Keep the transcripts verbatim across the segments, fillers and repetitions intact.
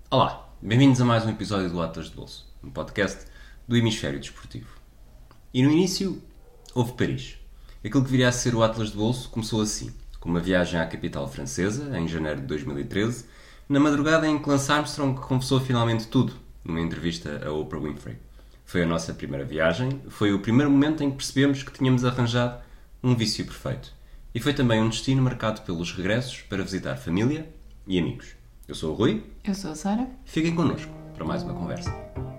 Olá, bem-vindos a mais um episódio do Atlas de Bolso, um podcast do Hemisfério Desportivo. E no início, houve Paris. Aquilo que viria a ser o Atlas de Bolso começou assim, com uma viagem à capital francesa, em janeiro de dois mil e treze, na madrugada em que Lance Armstrong confessou finalmente tudo, numa entrevista a Oprah Winfrey. Foi a nossa primeira viagem, foi o primeiro momento em que percebemos que tínhamos arranjado um vício perfeito. E foi também um destino marcado pelos regressos para visitar família e amigos. Eu sou o Rui. Eu sou a Sara. Fiquem connosco para mais uma conversa.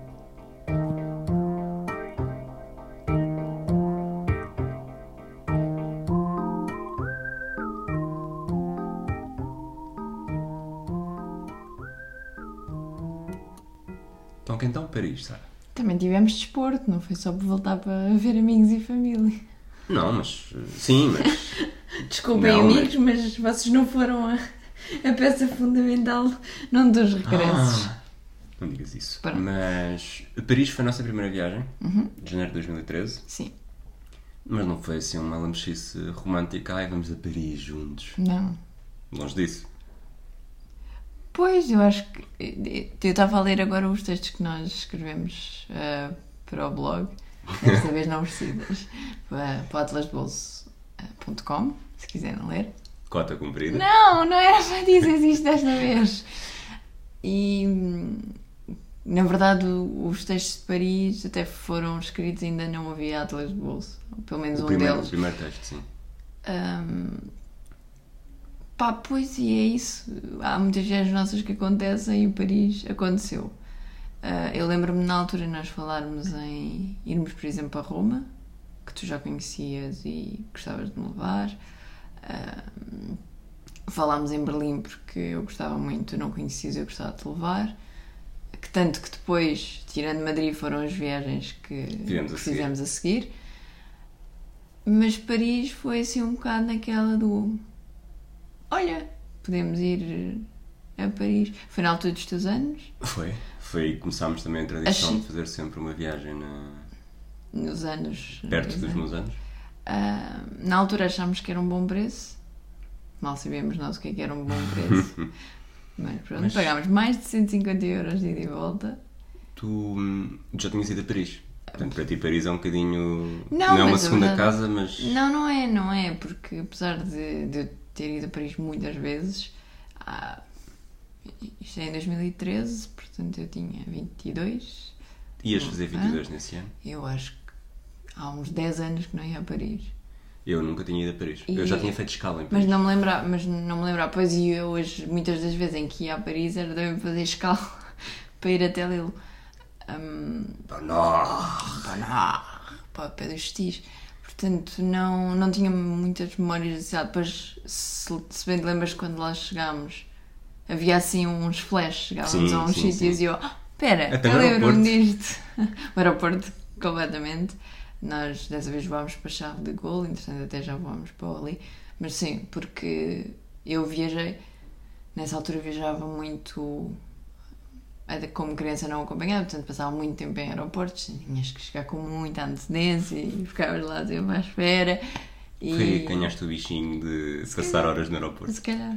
Então, quem então Paris, Sara? Também tivemos desporto, não foi só por voltar para ver amigos e família. Não, mas... Sim, mas... Desculpem, Não, amigos, mas... mas vocês não foram a, a peça fundamental num dos regressos. Ah, não digas isso. Pronto. Mas Paris foi a nossa primeira viagem, Uhum. de janeiro de dois mil e treze. Sim. Mas não foi assim uma lamechice romântica. Ai, vamos a Paris juntos. Não. Longe disso. Pois, eu acho que... Eu estava a ler agora os textos que nós escrevemos uh, para o blog. Desta vez não precisas. Para, para atlas de bolso ponto com, se quiserem ler. Cota cumprida. Não, não era para dizer isto desta vez. E, na verdade, os textos de Paris até foram escritos, ainda não havia Atlas de Bolso. Pelo menos o um primeiro, deles. O primeiro texto, sim. Um, pá, pois, e é isso. Há muitas viagens nossas que acontecem e o Paris aconteceu. Uh, eu lembro-me na altura nós falarmos em irmos, por exemplo, a Roma, que tu já conhecias e gostavas de me levar. Uh, falámos em Berlim porque eu gostava muito, tu não conhecias, eu gostava de te levar. Que tanto que depois, tirando Madrid, foram as viagens que, Fizemos que a seguir. fizemos a seguir. Mas Paris foi assim um bocado naquela do... Olha, podemos ir a Paris. Foi na altura dos teus anos. Foi. Foi aí que começámos também a tradição Acho- de fazer sempre uma viagem na... Nos anos... perto nos dos anos. meus anos. Ah, na altura achámos que era um bom preço. Mal sabíamos nós o que é que era um bom preço. Mas pronto, Mas- pagámos mais de cento e cinquenta euros de ida e volta. Tu hum, já tinhas ido a Paris. Portanto, para ti Paris é um bocadinho... Não, é uma mas a segunda verdade- casa, mas... Não, não é, não é, porque apesar de, de eu ter ido a Paris muitas vezes, ah, isto é em dois mil e treze, portanto eu tinha vinte e dois. Ias fazer vinte e dois nesse ano. Eu acho que há uns dez anos que não ia a Paris. Eu nunca tinha ido a Paris. Eu E- já tinha feito escala em Paris. Mas não me lembrar, mas não me lembrar, pois e eu hoje, muitas das vezes em que ia a Paris era também fazer escala para ir até Lille. Um, Ah, não. para, não, para o pé dos Estis. Portanto, não, não tinha muitas memórias da cidade. Depois, se, se bem te lembras, quando lá chegámos, havia assim uns flashes. Chegávamos Sim, a uns sim, sítios sim. e eu, "Ah, espera, Até eu no lembro-me aeroporto." disto." O aeroporto, completamente. Nós dessa vez voámos para Charles de Gaulle, entretanto até já voámos para ali. Mas sim, porque eu viajei, nessa altura viajava muito como criança não acompanhada, portanto passava muito tempo em aeroportos, tinhas que chegar com muita antecedência e ficavas lá sempre à espera. E... Foi aí que ganhaste o bichinho de passar horas no aeroporto. Se calhar.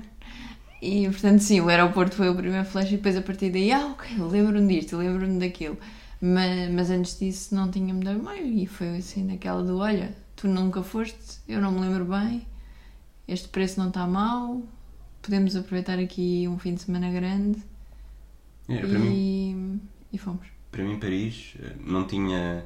E portanto, sim, o aeroporto foi o primeiro flash e depois a partir daí, ah, ok, lembro-me disto, lembro-me daquilo. Mas, mas antes disso não tinha muita memória e foi assim naquela do, olha, tu nunca foste, eu não me lembro bem, este preço não está mau, podemos aproveitar aqui um fim de semana grande. É, para, mim, E, e fomos. para mim, Paris eh, não tinha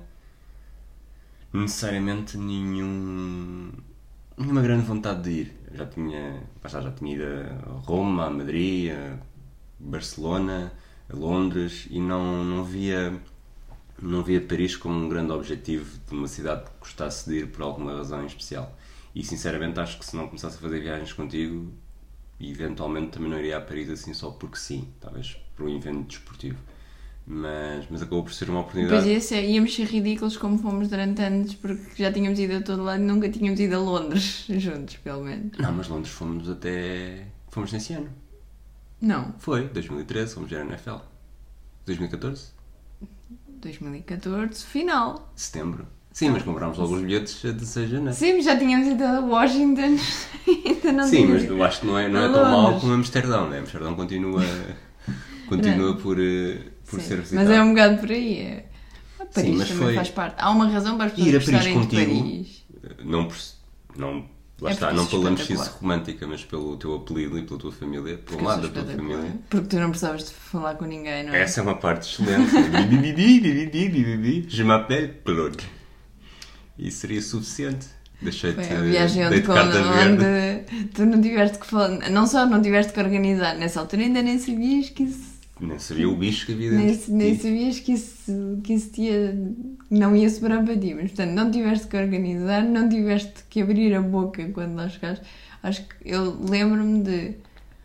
necessariamente nenhum, nenhuma grande vontade de ir. Eu já tinha, já, já tinha ido a Roma, a Madrid, a Barcelona, a Londres e não, não via não via Paris como um grande objetivo de uma cidade que gostasse de ir por alguma razão em especial. E sinceramente acho que se não começasse a fazer viagens contigo, eventualmente também não iria a Paris assim só porque sim, talvez por um evento desportivo. Mas, mas acabou por ser uma oportunidade. Depois ia ser, íamos ser ridículos como fomos durante anos, porque já tínhamos ido a todo lado e nunca tínhamos ido a Londres juntos, pelo menos. Não, mas Londres fomos até... fomos nesse ano. Não, Foi, dois mil e treze, fomos ver a N F L. dois mil e catorze? dois mil e catorze, final. Setembro. Sim, mas comprámos logo os bilhetes a dezesseis de janeiro. Sim, mas já tínhamos ido a Washington. Ainda não Sim, tínhamos mas ido eu acho que não é, não é a tão mau Londres. como Amsterdão, né? Amsterdão continua continua por, uh, por Sim, ser visitado. mas é um bocado por aí. É... A Paris Sim, mas também foi... faz parte. Há uma razão para as pessoas ir a Paris gostarem de contigo, Paris. não, não, lá É está, porque não isso pela é mexice espetacular. romântica, mas pelo teu apelido e pela tua família, pelo Porque lado eu da sou tua espetacular. família. Porque tu não precisavas de falar com ninguém, não é? Essa é uma parte excelente. Bi, bi, bi, bi, bi, bi, bi, bi. Je m'appelle Claude. E seria suficiente. Deixei-te Foi a viagem onde, dei-te carta verde. onde tu não tiveste que falar, não só não tiveste que organizar, nessa altura ainda nem sabias que isso, Nem sabia o bicho que havia dentro nem, de nem ti. sabias que isso, que isso tinha, não ia sobrar para ti, mas portanto não tiveste que organizar, não tiveste que abrir a boca quando lá chegaste. Acho que eu lembro-me de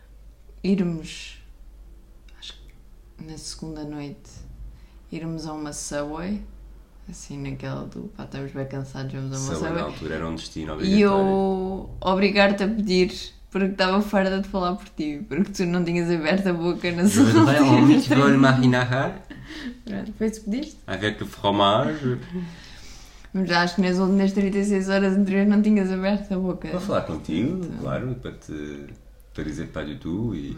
irmos, acho que na segunda noite, irmos a uma Subway, assim naquela do pá, estamos bem cansados, vamos a uma Subway, na Subway. altura era um destino E obrigatório. eu obrigar-te a pedir porque estava farta de falar por ti, porque tu não tinhas aberto a boca na Je voudrais un última meatball marinara Pronto, foi isso que pediste? avec le fromage. Mas já acho que nas últimas trinta e seis horas anteriores não tinhas aberto a boca. Vou falar contigo, claro, para te para dizer pas du tout e...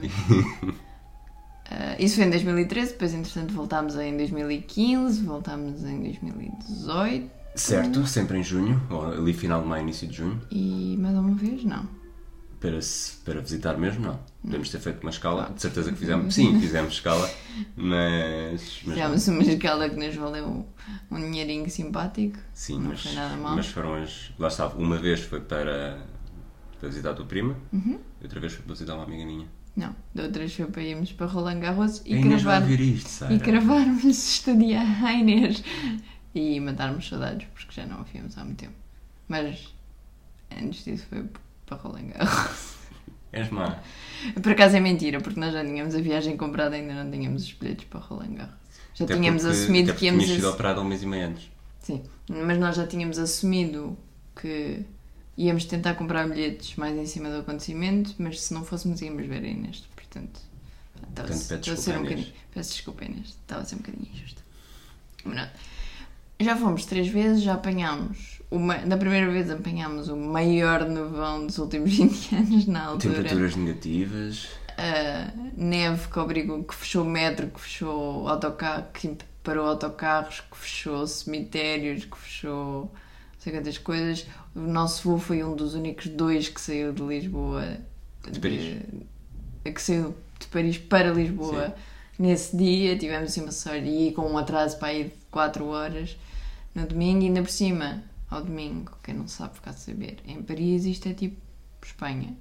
Uh, isso foi em dois mil e treze, depois entretanto voltámos em dois mil e quinze, voltámos em dois mil e dezoito. Certo, sempre em junho, ou ali final de maio, início de junho. E mais uma vez, não. Para, se, para visitar mesmo, não. Podemos ter feito uma escala, de certeza que fizemos. Sim, fizemos escala, mas... mas Fizemos uma escala que nos valeu um dinheirinho simpático. sim, não mas, foi nada mal. mas foram as... Lá estava, uma vez foi para, para visitar a tua prima, Uhum. e outra vez foi para visitar uma amiga minha. Não, da outra vez foi para irmos para Roland Garros e A Inês vai cravar, ouvir isto, Sara. e cravarmos estadia à Inês e matarmos saudades, porque já não a víamos há muito tempo. Mas antes disso foi para Roland Garros. És má. Por acaso é mentira, porque nós já tínhamos a viagem comprada e ainda não tínhamos os bilhetes para Roland Garros. Já Até tínhamos porque- assumido até que porque íamos... tinhas sido ass- operado um mês e meio antes. Sim, mas nós já tínhamos assumido que íamos tentar comprar bilhetes mais em cima do acontecimento, mas se não fôssemos íamos ver a Inês, portanto... Estava, Portanto, pede estava a desculpa, ser um Inês. bocadinho, peço desculpa, Inês, estava a ser um bocadinho injusto. Mas não. Já fomos três vezes, já apanhámos... Uma, da primeira vez apanhámos o maior nevão dos últimos vinte anos na altura. Temperaturas negativas. A neve que obrigou, que fechou o metro, que fechou autocarro, que parou autocarros, que fechou cemitérios, que fechou não sei quantas coisas. O nosso voo foi um dos únicos dois que saiu de Lisboa. De Paris. Que saiu de Paris para Lisboa. Sim. Nesse dia tivemos assim uma sorte e com um atraso para aí de quatro horas no domingo e ainda por cima, ao domingo, quem não sabe ficar a saber, em Paris isto é tipo Espanha.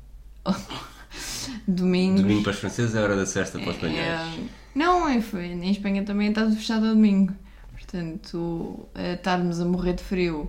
Domingos, Domingo para os franceses é a hora da cesta para os espanhóis. é, não, é, foi, em Espanha também está tudo fechado ao domingo. Portanto, a estarmos a morrer de frio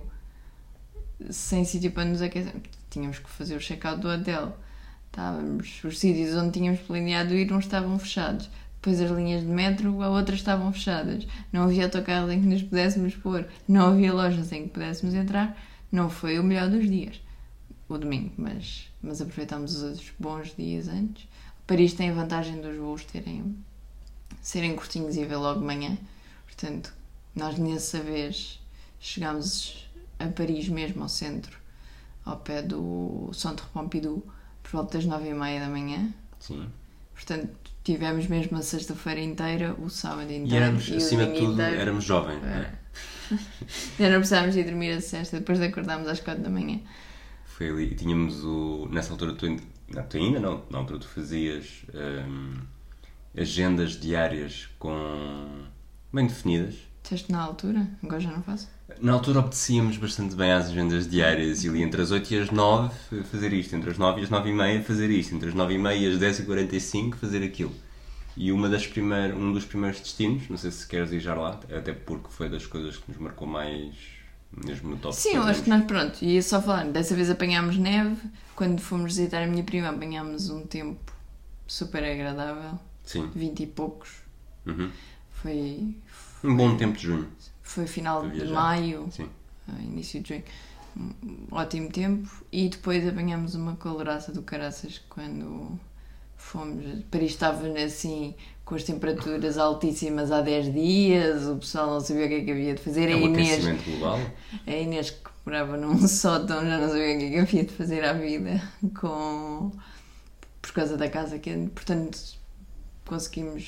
sem sítio para nos aquecer, tínhamos que fazer o check-out do hotel. Estávamos, os sítios onde tínhamos planeado ir, uns estavam fechados. Depois as linhas de metro, a outras estavam fechadas. Não havia autocarros em que nos pudéssemos pôr. Não havia lojas em que pudéssemos entrar. Não foi o melhor dos dias, o domingo, mas, mas aproveitámos os bons dias antes. Paris tem a vantagem dos voos terem, serem curtinhos e ver logo de manhã. Portanto, nós nessa vez chegámos a Paris mesmo, ao centro, ao pé do Centre Pompidou, por volta das nove e meia da manhã. Sim. Portanto, tivemos mesmo a sexta-feira inteira, o sábado inteiro E éramos, o acima de domingo tudo, inteiro. éramos jovens, não é? Já não precisávamos ir dormir a sexta, depois de acordarmos às quatro da manhã. Foi ali, e tínhamos o... Nessa altura, tu, ainda- não, tu ainda não, na altura tu fazias hum, agendas diárias com... bem definidas. Disseste na altura? Agora já não faço. Na altura obedecíamos bastante bem às agendas diárias e ali entre as oito e as nove fazer isto, entre as nove e as nove e meia fazer isto, entre as nove e meia e as dez e quarenta e cinco fazer aquilo. E uma das primeir, um dos primeiros destinos, não sei se queres ir já lá, até porque foi das coisas que nos marcou mais, mesmo no top. Sim, eu acho que nós, pronto, ia só falar, dessa vez apanhámos neve, quando fomos visitar a minha prima apanhámos um tempo super agradável, Sim. vinte e poucos, Uhum. foi, Um bom tempo de junho. foi final Para de viajar. maio, Sim. ah, início de junho, um ótimo tempo, e depois apanhámos uma caloraça do caraças quando fomos, Paris estava assim com as temperaturas altíssimas há dez dias, o pessoal não sabia o que é que havia de fazer, É a um Inês, aquecimento global. a Inês que morava num sótão já não sabia o que é que havia de fazer à vida com... por causa da casa quente, portanto conseguimos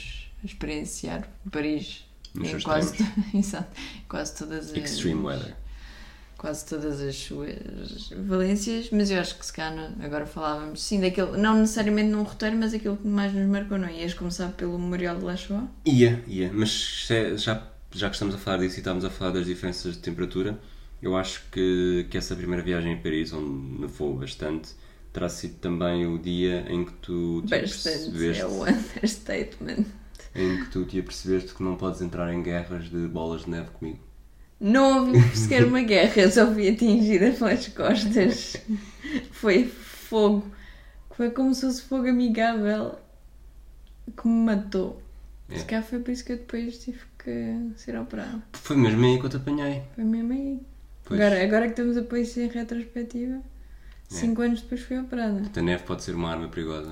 experienciar Paris Nos em seus quase, extremos. exato, quase todas as Extreme weather. quase todas as suas valências, mas eu acho que se calhar não- agora falávamos sim daquele, não necessariamente num roteiro, mas aquilo que mais nos marcou, não ias começar pelo Memorial de La Shoah? Ia, ia, mas se- já, já que estamos a falar disso e estamos a falar das diferenças de temperatura, eu acho que, que essa primeira viagem a Paris, onde nevou bastante, terá sido também o dia em que tu te Bastante, apercebeste, é o understatement. em que tu te apercebeste que não podes entrar em guerras de bolas de neve comigo. Não houve sequer uma guerra, eu só fui atingida pelas costas. Foi fogo. Foi como se fosse fogo amigável que me matou. É. Se calhar foi por isso que eu depois tive que ser operada. Foi mesmo aí que eu te apanhei. Foi mesmo aí. Pois. Agora, agora que estamos a pôr isso em retrospectiva, cinco anos depois fui operada. A neve pode ser uma arma perigosa.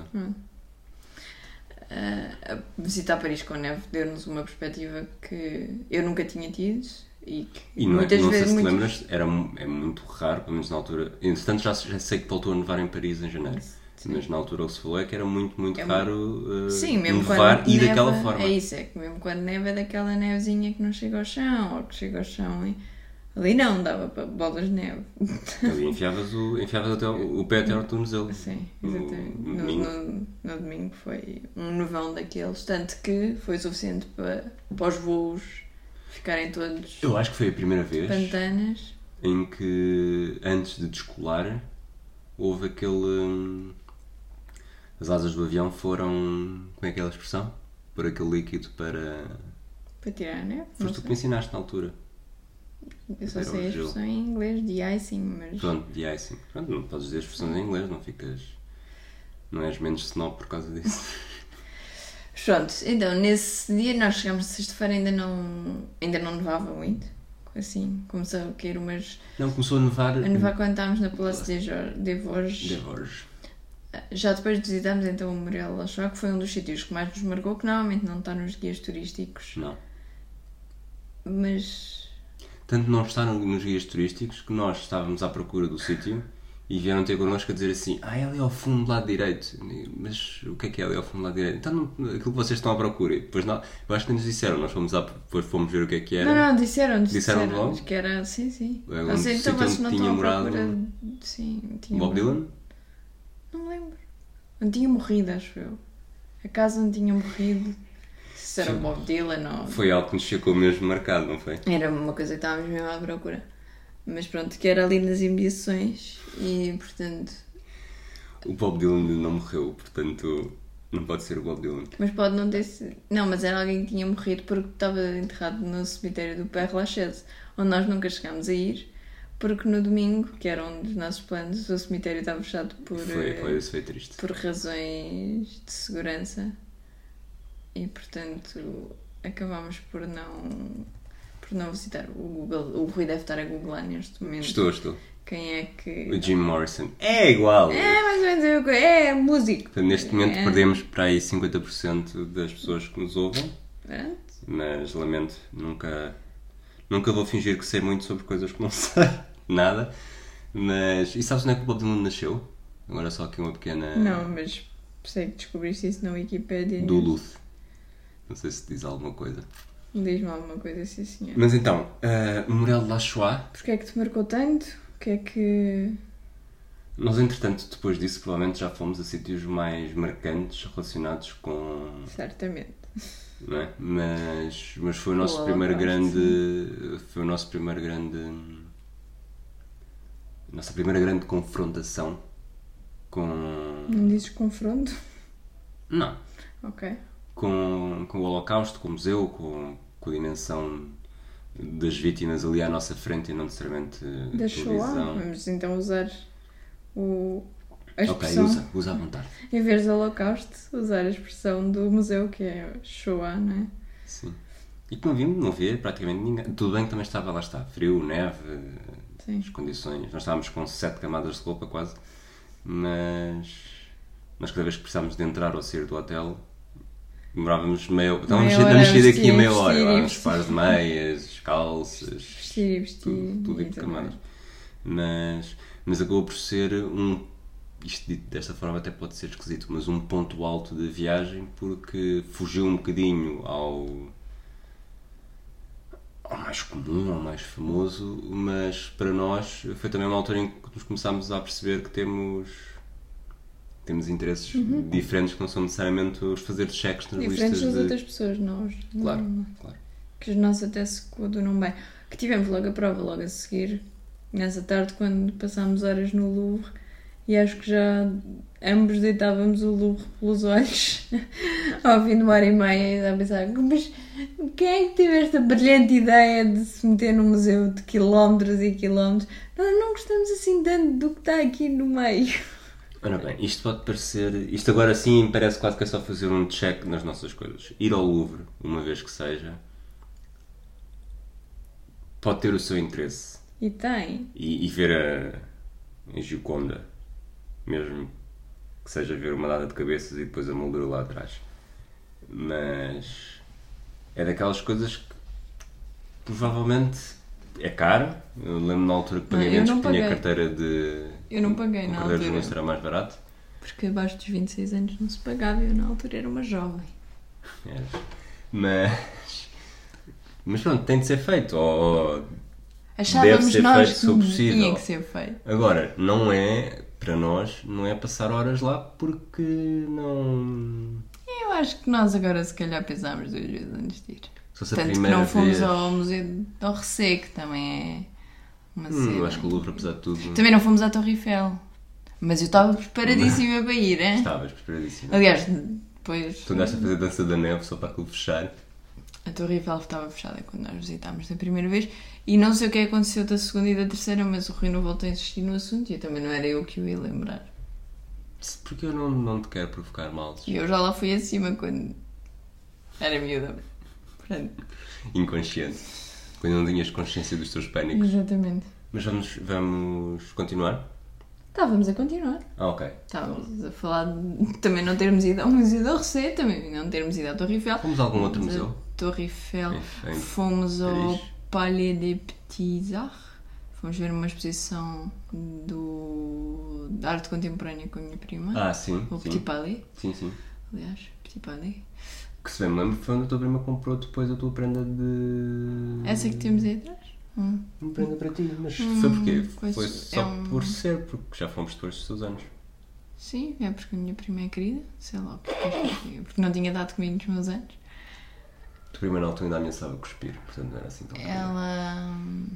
Uh, visitar Paris com neve deu-nos uma perspectiva que eu nunca tinha tido e que E não, é, muitas não sei vezes se te muitos- lembras, era, mu- é muito raro, pelo menos na altura. Entretanto, já, já sei que voltou a nevar em Paris em janeiro. Sim. Mas na altura o que se falou é que era muito, muito É raro uh, Sim, mesmo nevar quando e neva, daquela forma. É isso, é que mesmo quando neva é daquela nevezinha que não chega ao chão, ou que chega ao chão e ali não, dava para bolas de neve. Ali enfiavas, o, enfiavas até o, o pé até ao tornozelo. Sim, No- exatamente. no No, domingo. no- no domingo foi um nevão daqueles, tanto que foi suficiente para, para os voos ficarem todos Eu acho que foi a primeira vez pantanas. em que, antes de descolar, houve aquele. hum, as asas do avião foram. Como é que é a expressão? Por aquele líquido para. Para tirar a neve? Não Foste tu que sei. me ensinaste na altura. Eu só Era sei o a gelo. expressão em inglês de icing, mas. Pronto, de icing. Pronto, não podes dizer expressões em inglês, não ficas. Não és menos snob por causa disso. Pronto, então nesse dia nós chegámos sexta-feira, ainda não, ainda não nevava muito. Assim, começou a cair umas. Não, começou a nevar. A nevar quando estávamos na Palácio de Jo- de Vosges. De Vosges. Já depois de visitarmos então o Memorial de La Shoah, que foi um dos sítios que mais nos marcou, que normalmente não está nos guias turísticos, Não. mas Tanto não está no- nos guias turísticos que nós estávamos à procura do sítio e vieram ter connosco a dizer assim: ah, é ali ao fundo do lado direito. Mas o que é que é ali ao fundo do lado direito? Então, não, aquilo que vocês estão à procura. E depois, não, eu acho que nos disseram, nós fomos, à, depois fomos ver o que é que era. não, não, disseram-nos, Disseram disseram logo? que era, sim, sim. É, Não onde- sei, então sítio vocês onde não tinha estão à morado procura, sim, tinha Bob morado- Dylan? Não me lembro. Onde tinha morrido, acho eu. A casa onde tinha morrido. Se era o Sim. Bob Dylan ou. Foi algo que nos ficou mesmo marcado, não foi? Era uma coisa que estávamos mesmo à procura. Mas pronto, que era ali nas imediações e portanto. O Bob Dylan não morreu, portanto não pode ser o Bob Dylan. Mas pode não ter sido. Não, mas era alguém que tinha morrido porque estava enterrado no cemitério do Père Lachaise, onde nós nunca chegámos a ir, porque no domingo, que era um dos nossos planos, o cemitério estava fechado por, Foi, eh, foi, isso foi triste. por razões de segurança e portanto acabámos por não por não visitar o Google. O Rui deve estar a googlar neste momento Estou, estou. quem é que O Jim Morrison. É igual! é mais ou menos eu que- é músico. Portanto, neste momento É. perdemos para aí cinquenta por cento das pessoas que nos ouvem, Pronto. mas lamento, nunca, nunca vou fingir que sei muito sobre coisas que não sei, nada. Mas, e sabes onde é que o Bob Dylan nasceu? Agora só aqui uma pequena... Não, mas sei que descobriste isso na Wikipedia. Duluth. Não sei se te diz alguma coisa. Diz-me alguma coisa, sim senhor. Mas então, uh, Memorial de La Shoah, Porquê é que te marcou tanto? O que é que... nós entretanto, depois disso, provavelmente já fomos a sítios mais marcantes relacionados com... Certamente. Não é? Mas, mas foi o nosso O primeiro Holocausto, grande. Foi o nosso primeiro grande. Nossa primeira grande confrontação com. Não dizes confronto? Não. Ok. Com, com o Holocausto, com o museu, com, com a dimensão das vítimas ali à nossa frente e não necessariamente Da Shoah. televisão. Vamos então usar o... a Ok, expressão... usa, usa à vontade. Em vez de Holocausto, usar a expressão do museu, que é Shoah, não é? Sim. E que não vimos, não via praticamente ninguém. Tudo bem que também estava lá, está frio, neve, Sim. as condições. Nós estávamos com sete camadas de roupa quase, mas nós cada vez que precisávamos de entrar ou sair do hotel, demorávamos meia hora. Estávamos Meia a hora a mexer daqui vestir, a meia hora, vestir, lá, uns vestir. pares de meias, calças, Vestir e vestir. tudo, tudo e em tudo camadas. mais. Mas, mas acabou por ser um isto dito desta forma até pode ser esquisito, mas um ponto alto da viagem porque fugiu um bocadinho ao, ao mais comum, ao mais famoso, mas para nós foi também uma altura em que nos começámos a perceber que temos, temos interesses uhum. diferentes que não são necessariamente os fazer cheques nas diferentes listas das de... outras pessoas, nós. Claro, não, claro. Que os nossos até se coadunam bem. Que tivemos logo a prova, logo a seguir, nessa tarde, quando passámos horas no Louvre, e acho que já ambos deitávamos o Louvre pelos olhos ao fim de uma hora e meia, e a pensar, mas quem é que teve esta brilhante ideia de se meter num museu de quilómetros e quilómetros? Nós não gostamos assim tanto do que está aqui no meio. Ora bem, isto pode parecer... Isto agora sim parece quase que é só fazer um check nas nossas coisas. Ir ao Louvre, uma vez que seja, pode ter o seu interesse. E tem. E, e ver a, a Gioconda, mesmo que seja ver uma data de cabeças e depois a moldura lá atrás. Mas é daquelas coisas que provavelmente é caro. Eu lembro na altura que paguei menos, que tinha carteira de... Eu não paguei um na altura. altura. Era mais barato. Porque abaixo dos vinte e seis anos não se pagava, eu na altura era uma jovem. É. Mas... Mas pronto, tem de ser feito. Ou... Achávamos deve ser nós feito se for possível. Tinha que ser feito. Agora, não é, para nós, não é passar horas lá porque não... Eu acho que nós agora se calhar pensámos duas vezes antes de ir. Se fosse a Tanto que primeira não fomos vez... ao Museu do Orsay, que também é uma hum, cena. Eu acho que o Louvre, apesar de tudo... Também não fomos à Torre Eiffel. Mas eu estava preparadíssima para ir, hein? Estavas preparadíssima. Aliás, depois... Tu andaste a fazer dança da neve só para aquilo fechar. A Torre Eiffel estava fechada quando nós visitámos da primeira vez e não sei o que aconteceu da segunda e da terceira, mas o Rui não voltou a insistir no assunto e também não era eu que o ia lembrar. Porque eu não, não te quero provocar males. E eu já lá fui acima quando era miúda. Portanto... Inconsciente. Quando não tinhas consciência dos teus pânicos. Exatamente. Mas vamos, vamos continuar? Estávamos a continuar. Ah, ok. Estávamos a falar de também não termos ido ao Museu da Orsay, também não termos ido à Torre Eiffel. Fomos a algum outro Fomos museu? à Torre Eiffel. Em, em Fomos ao Paris. Palais des Petits Arts. Fomos ver uma exposição do... de arte contemporânea com a minha prima. Ah, sim. O sim. Petit Palais. Sim, sim. Aliás, Petit Palais. Que se bem me lembro foi onde a tua prima comprou depois a tua prenda de... Essa que temos aí atrás? Hum. Uma prenda para ti. Mas Hum, foi porquê? pois Foi só é um- por ser, porque já fomos depois dos teus anos. Sim, é porque a minha prima é querida. Sei lá o que é que eu diga. Porque não tinha dado comigo nos meus anos. A tua prima na altura ainda ameaçava cuspir, portanto não era assim tão querida. Ela... hum,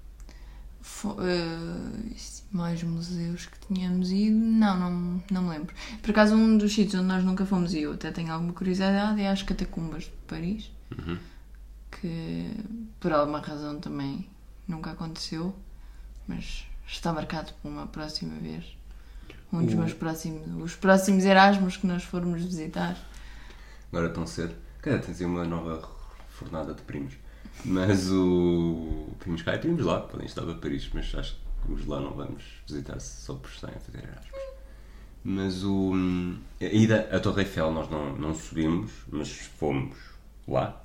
fo- eh, mais museus que tínhamos ido... Não, não, não me lembro. Por acaso, um dos sítios onde nós nunca fomos e eu até tenho alguma curiosidade é às catacumbas de Paris. Uhum. Que, por alguma razão, também nunca aconteceu. Mas está marcado para uma próxima vez. Um dos O- meus próximos... Os próximos Erasmus que nós formos visitar. Agora tão cedo. Cara, tens aí uma nova fornada de primos. Mas o... Primos cá e primos lá, podem estar para Paris, mas acho que os lá não vamos visitar só por estarem a fazer Erasmus. Mas o... A ida à Torre Eiffel nós não, não subimos, mas fomos lá.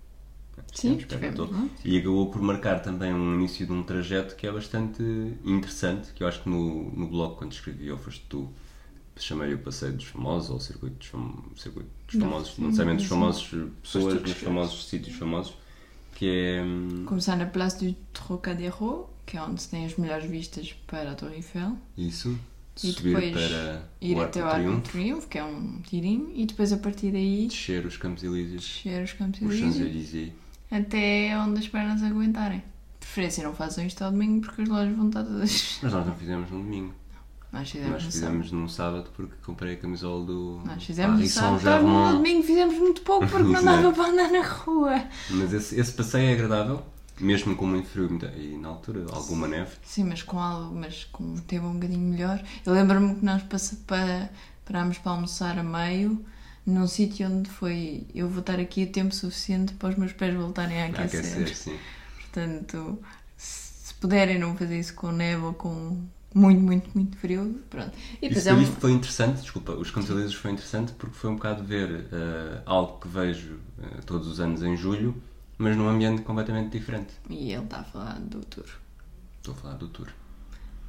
Sim, Estivemos perto da estivemos torre. lá. E acabou por marcar também um início de um trajeto que é bastante interessante, que eu acho que no, no blog, quando escrevi, ou foste tu, chamei-lhe o Passeio dos Famosos, ou o Circuito dos, fam... Circuito dos Não, Famosos, não, não necessariamente dos não, famosos pessoas, que mas escreves. famosos sítios famosos, que é... hum, Começar na Place du Trocadéro, que é onde se tem as melhores vistas para a Torre Eiffel. isso, E subir depois para ir o até o Arco Arco de do Triunfo, Triunfo, que é um tirinho, e depois a partir daí descer os Campos Elíseos, descer os Campos os Elíseos Champs-Élysées. até onde as pernas aguentarem. De preferência não façam isto ao domingo porque as lojas vão estar todas... Mas nós não fizemos no domingo, Nós fizemos nós no fizemos sábado. num sábado porque comprei a camisola do Nós fizemos no Paris sábado. Saint-Germain. No domingo fizemos muito pouco porque não dava Exato. para andar na rua. Mas esse, esse passeio é agradável, mesmo com muito frio e muita- e na altura alguma neve. Sim, mas com algo, mas com um tempo um bocadinho melhor. Eu lembro-me que nós passe, pa, parámos para almoçar a meio num sítio onde foi eu vou estar aqui a tempo suficiente para os meus pés voltarem a A aquecer. aquecer, sim. Portanto, se puderem não fazer isso com neve ou com muito, muito, muito frio, pronto. E depois Isso é daí um... foi interessante, desculpa, os Campos Elíseos foi interessante porque foi um bocado ver eh, algo que vejo eh, todos os anos em julho, mas num ambiente completamente diferente. E ele está a falar do tour. Estou a falar do tour.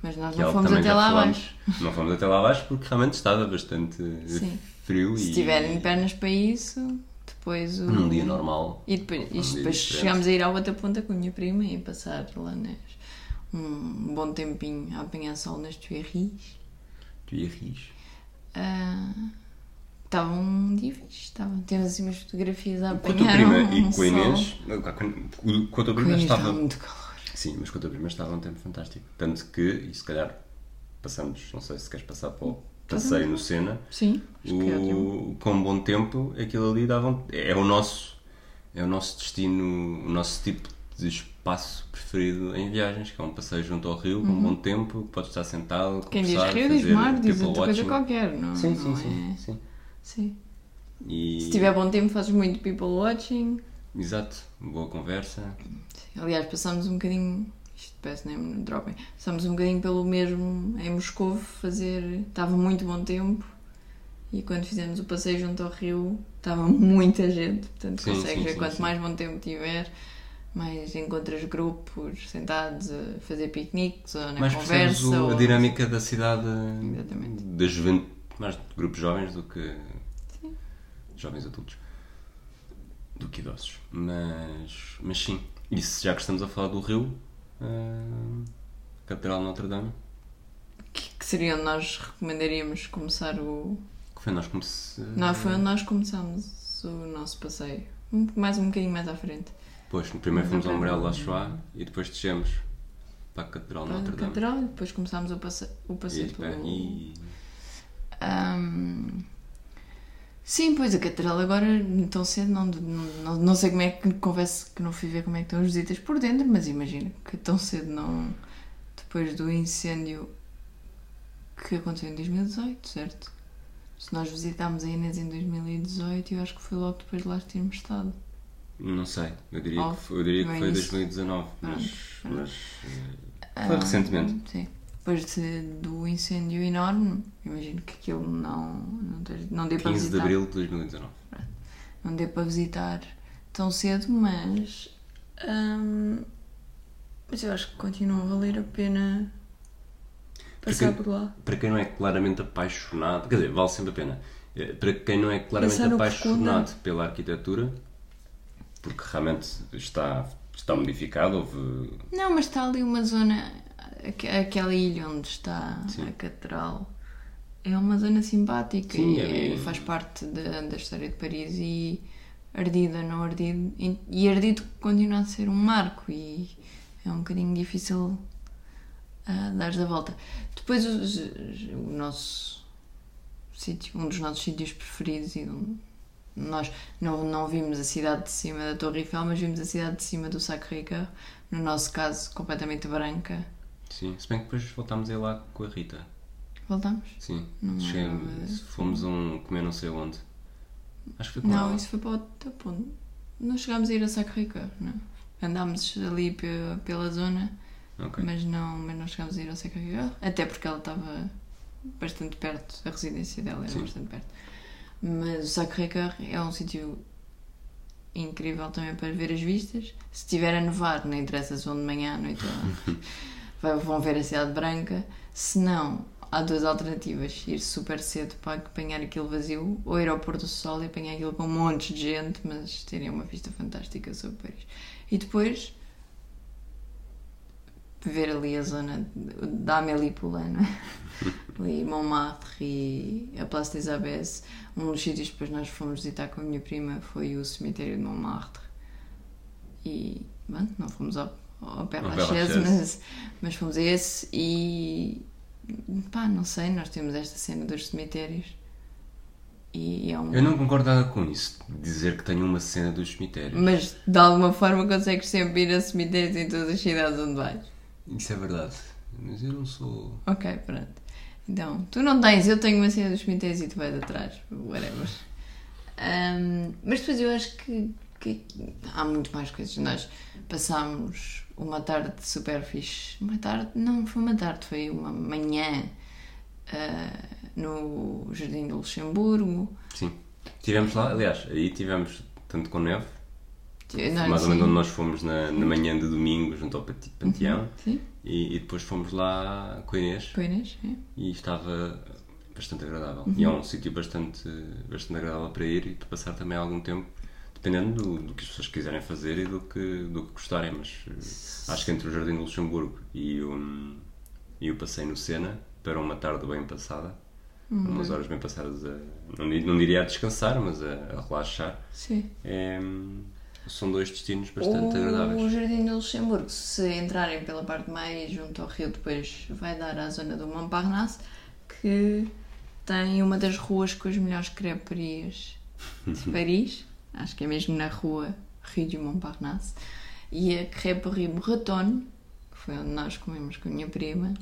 Mas nós que é não algo que fomos também até já lá falámos. abaixo. Não fomos até lá abaixo porque realmente estava bastante Sim. frio Se e... tiverem pernas para isso, depois o... Num dia normal. E depois, um isto dia depois diferente. chegámos a ir à outra ponta com a minha prima e passar lá nas, um bom tempinho a apanhar sol nas Tuileries. Tuileries. Ah, Estava um dia fixe, estavam. Temos assim umas fotografias a Com a tua apanhar prima um, e um com a Inês, sol. com com a tua Com a prima Inês estava... estava muito calor. Sim, mas com a tua prima estava um tempo fantástico. Tanto que, e se calhar passamos, não sei se queres passar para o passeio no Sena, Sim, acho que é ótimo. o, com bom tempo, aquilo ali dava um- é o nosso é o nosso destino, o nosso tipo de espaço preferido em viagens, que é um passeio junto ao rio, com bom tempo, que podes estar sentado, Uhum. Quem diz conversar, rio diz fazer mar, diz people outra coisa watching. qualquer, não, Sim, não sim, sim, é? sim. Sim. E... Se tiver bom tempo fazes muito people watching. Exato, boa conversa. Aliás, passámos um bocadinho, isto parece nem no dropping, passámos um bocadinho pelo mesmo em Moscovo, fazer, estava muito bom tempo e quando fizemos o passeio junto ao rio estava muita gente, portanto Sim, consegues sim, ver sim, quanto sim. mais bom tempo tiver, mais encontras grupos sentados a fazer piqueniques ou na Mais percebes conversa. o- a ou... dinâmica da cidade, Exatamente. da juventude, mais de grupos jovens do que jovens adultos, do que idosos. Mas, mas sim, e se já que estamos a falar do Rio, ah, Catedral de Notre Dame, Que, que seria onde nós recomendaríamos começar o... que foi nós começamos. Não, foi onde nós começámos o nosso passeio. Um- Mais um bocadinho mais à frente. Pois, primeiro fomos ao Ok. Morel La Choix e depois descemos para a Catedral de Para a Notre Dame. catedral e depois começámos o passeio, o E, passeio depois- pelo... e- Ahm, Sim, pois a catedral agora tão cedo não, não, não sei como é que confesso que não fui ver como é que estão as visitas por dentro, mas imagino que tão cedo não, depois do incêndio que aconteceu em dois mil e dezoito, certo? Se nós visitámos a Inês em dois mil e dezoito, eu acho que foi logo depois de lá termos estado. Não sei, eu diria Oh, que foi, eu diria que no foi início. dois mil e dezanove, mas, Pronto, mas eh, foi Ah, recentemente. Sim. Depois de, do incêndio enorme, imagino que aquilo não, não, te- não dê para quinze de visitar. abril de dois mil e dezanove. Não dê para visitar tão cedo, mas. hum, mas eu acho que continua a valer a pena passar Porque- por lá. Para quem não é claramente apaixonado, quer dizer, vale sempre a pena. Eh, Para quem não é claramente Pensar no apaixonado Corcunda. pela arquitetura, porque realmente está, está modificado, houve. Não, mas está ali uma zona, aque- aquela ilha onde está Sim. a catedral. É uma zona simpática Sim, e é bem- faz parte da, da história de Paris e ardido ou não ardido, e, e ardido continua a ser um marco e é um bocadinho difícil a dar a volta. Depois os- os- o nosso sítio, um dos nossos sítios preferidos e um- nós não, não vimos a cidade de cima da Torre Eiffel, mas vimos a cidade de cima do Sacré-Cœur, no nosso caso completamente branca. Sim, se bem que depois voltámos a ir lá com a Rita. Voltamos? Sim, Não me Cheguei- lembro desse. fomos a um comer não sei onde. Acho que foi com Não, ela. isso foi para o outro ponto. Não chegámos a ir a Sacré-Cœur, não. Andámos ali pe- pela zona, Ok. mas, não, mas não chegámos a ir ao Sacré-Cœur, até porque ela estava bastante perto, a residência dela era Sim. bastante perto. Mas o Sacré-Cœur é um sítio incrível também para ver as vistas. Se estiver a nevar, não interessa se vão de manhã à noite, ou- vai- vão ver a cidade branca. Se não, há duas alternativas: ir super cedo para apanhar aquilo vazio, ou ir ao pôr do sol e apanhar aquilo com um monte de gente, mas terem uma vista fantástica sobre Paris. E depois ver ali a zona da Amélie Poulain, não é? Ali Montmartre e a Place des Abbesses. Um dos sítios que depois nós fomos visitar com a minha prima foi o cemitério de Montmartre. E, bom, não fomos ao, ao Père Ao Père Lachaise, Lachaise. mas, mas fomos a esse e, pá, não sei, nós temos esta cena dos cemitérios e é um... Eu não concordo nada com isso, de dizer que tenho uma cena dos cemitérios. Mas de alguma forma consegues sempre ir a cemitérios em todas as cidades onde vais. Isso é verdade, mas eu não sou... Ok, pronto. Então, tu não tens, eu tenho uma cena dos cemitérios e tu vais atrás, whatever. Um, mas depois eu acho que, que há muito mais coisas. Nós passámos uma tarde super fixe. Uma tarde? Não, foi uma tarde, foi uma manhã uh, no Jardim do Luxemburgo. Sim, estivemos lá, aliás, aí tivemos tanto com neve, Não, mais ou sim. menos onde nós fomos na, na manhã de domingo, junto ao Pante- Panteão. Sim, E, e depois fomos lá com a Inês. com a Inês, é. E estava bastante agradável. E é um sítio bastante, bastante agradável para ir e para passar também algum tempo, dependendo do, do que as pessoas quiserem fazer e do que, do que gostarem. Mas eh, acho que entre o Jardim do Luxemburgo e o, e o passeio no Sena, para uma tarde bem passada, umas horas bem passadas, a, não, di- não diria a descansar, mas a, a relaxar, Sim. é, são dois destinos bastante o, agradáveis. O Jardim do Luxemburgo, se entrarem pela parte mais junto ao rio, depois vai dar à zona do Montparnasse, que tem uma das ruas com as melhores creperias de Paris. Acho que é mesmo na rua Rio de Montparnasse. E a Crêperie Bretonne, que foi onde nós comemos com a minha prima,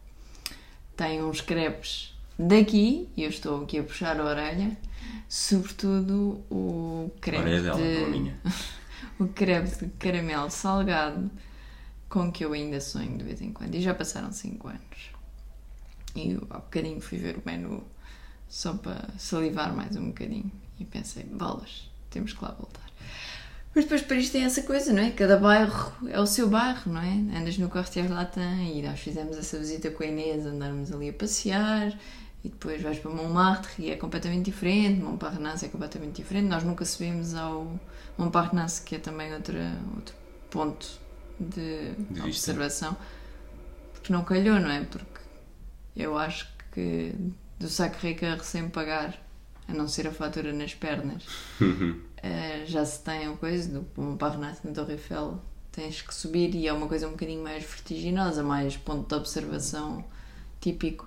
tem uns crepes daqui, e eu estou aqui a puxar a orelha, sobretudo o crepe Orelha dela, de... não a minha. o crepe de caramelo salgado, com que eu ainda sonho de vez em quando. E já passaram cinco anos. E eu, há bocadinho fui ver o menu só para salivar mais um bocadinho. E pensei, bolas, temos que lá voltar. Mas depois Paris tem essa coisa, não é? Cada bairro é o seu bairro, não é? Andas no Quartier Latin e nós fizemos essa visita com a Inês, andarmos ali a passear. E depois vais para Montmartre e é completamente diferente. Montparnasse é completamente diferente. Nós nunca subimos ao Montparnasse, que é também outra, outro ponto de, De vista. observação. Porque não calhou, não é? Porque eu acho que do Sacré-Cœur sem pagar, a não ser a fatura nas pernas, eh, já se tem a coisa do Montparnasse na Torre Eiffel. Tens que subir e é uma coisa um bocadinho mais vertiginosa, mais ponto de observação típico.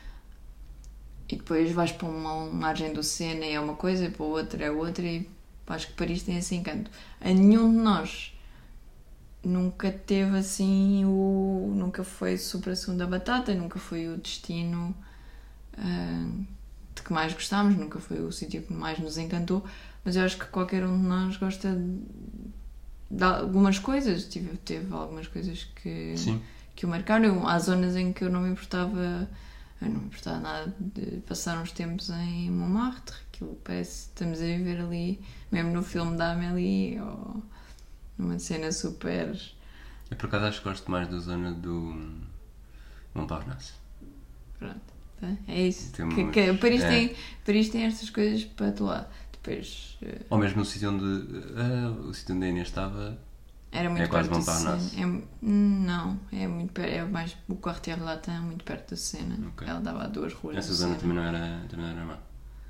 E depois vais para uma margem do Sena e é uma coisa, e para outra é outra, e acho que Paris tem esse encanto. A nenhum de nós nunca teve assim o... nunca foi o supra-sumo da batata, nunca foi o destino uh, de que mais gostámos, nunca foi o sítio que mais nos encantou, mas eu acho que qualquer um de nós gosta de, de algumas coisas, tive, teve algumas coisas que, que o marcaram. Há zonas em que eu não me importava eu não me importava nada de passar uns tempos em Montmartre, aquilo parece que estamos a viver ali, mesmo no filme da Amélie, ou numa cena super... Eu por acaso acho que gosto mais da zona do Montparnasse. Pronto, tá? É isso. Temos- Que, que Paris, é. tem, Paris tem estas coisas para tu lá. Depois eh, Ou mesmo no sítio onde ah, o sítio onde a Inês estava. era muito É quase perto do Montparnasse. Sena. É, não, é muito perto, é mais o Quartier Latin, é muito perto da Sena. Ok. Ela dava a duas ruas Essa do zona Sena. também não era, também não era má.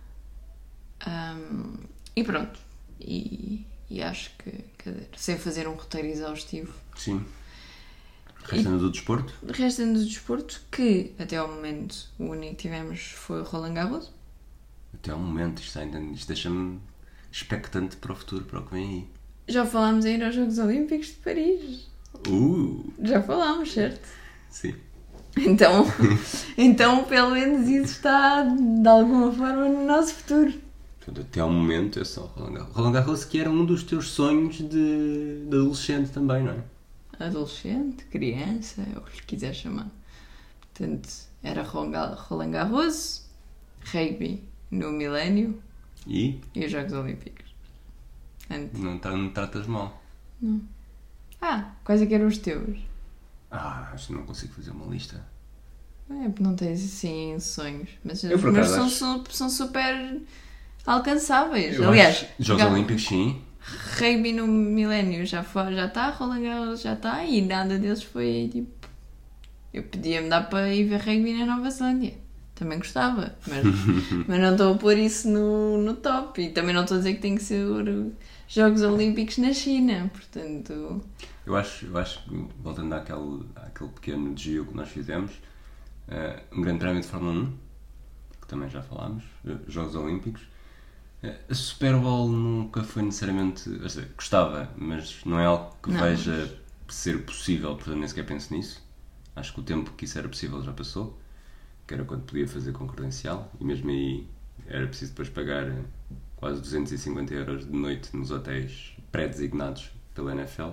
Um, e pronto. E, e acho que, quer dizer, sem fazer um roteiro exaustivo, Sim. Restando do desporto? resta do desporto que, até ao momento, o único que tivemos foi o Roland Garros. Até ao momento, isto, ainda, isto deixa-me expectante para o futuro, para o que vem aí. Já falámos em ir aos Jogos Olímpicos de Paris. Uh! Já falámos, certo? Sim. Então, então pelo menos isso está de alguma forma no nosso futuro. Portanto, até ao momento é só Roland Garros. Roland Garros que era um dos teus sonhos de, de adolescente também, não é? Adolescente, criança, é o que lhe quiser chamar. Portanto, era Roland Garros, rugby no milénio E e os Jogos Olímpicos. Antes. não, tra- não tratas mal. Ah, quais é que eram os teus? Ah, acho que não consigo fazer uma lista. É, porque não tens assim sonhos. Mas Eu, os por meus acaso, são, são, são super alcançáveis. Eu Aliás, acho- Jogos jogar Olímpicos, sim. rugby no milénio já foi, já está, Roland Garros já está, e nada deles foi tipo. Eu podia-me dar para ir ver rugby na Nova Zelândia. Também gostava, mas, mas não estou a pôr isso no, no top. E também não estou a dizer que tem que ser Jogos Olímpicos na China, portanto. Eu acho, eu acho que, voltando àquele, àquele pequeno desvio que nós fizemos, eh, um grande prémio de Fórmula um, que também já falámos, eh, Jogos Olímpicos. Eh, a Super Bowl nunca foi necessariamente. Ou seja, gostava, mas não é algo que Não. veja ser possível, portanto nem sequer penso nisso. Acho que o tempo que isso era possível já passou, que era quando podia fazer com credencial, e mesmo aí era preciso depois pagar eh, quase duzentos e cinquenta euros de noite nos hotéis pré-designados pela N F L.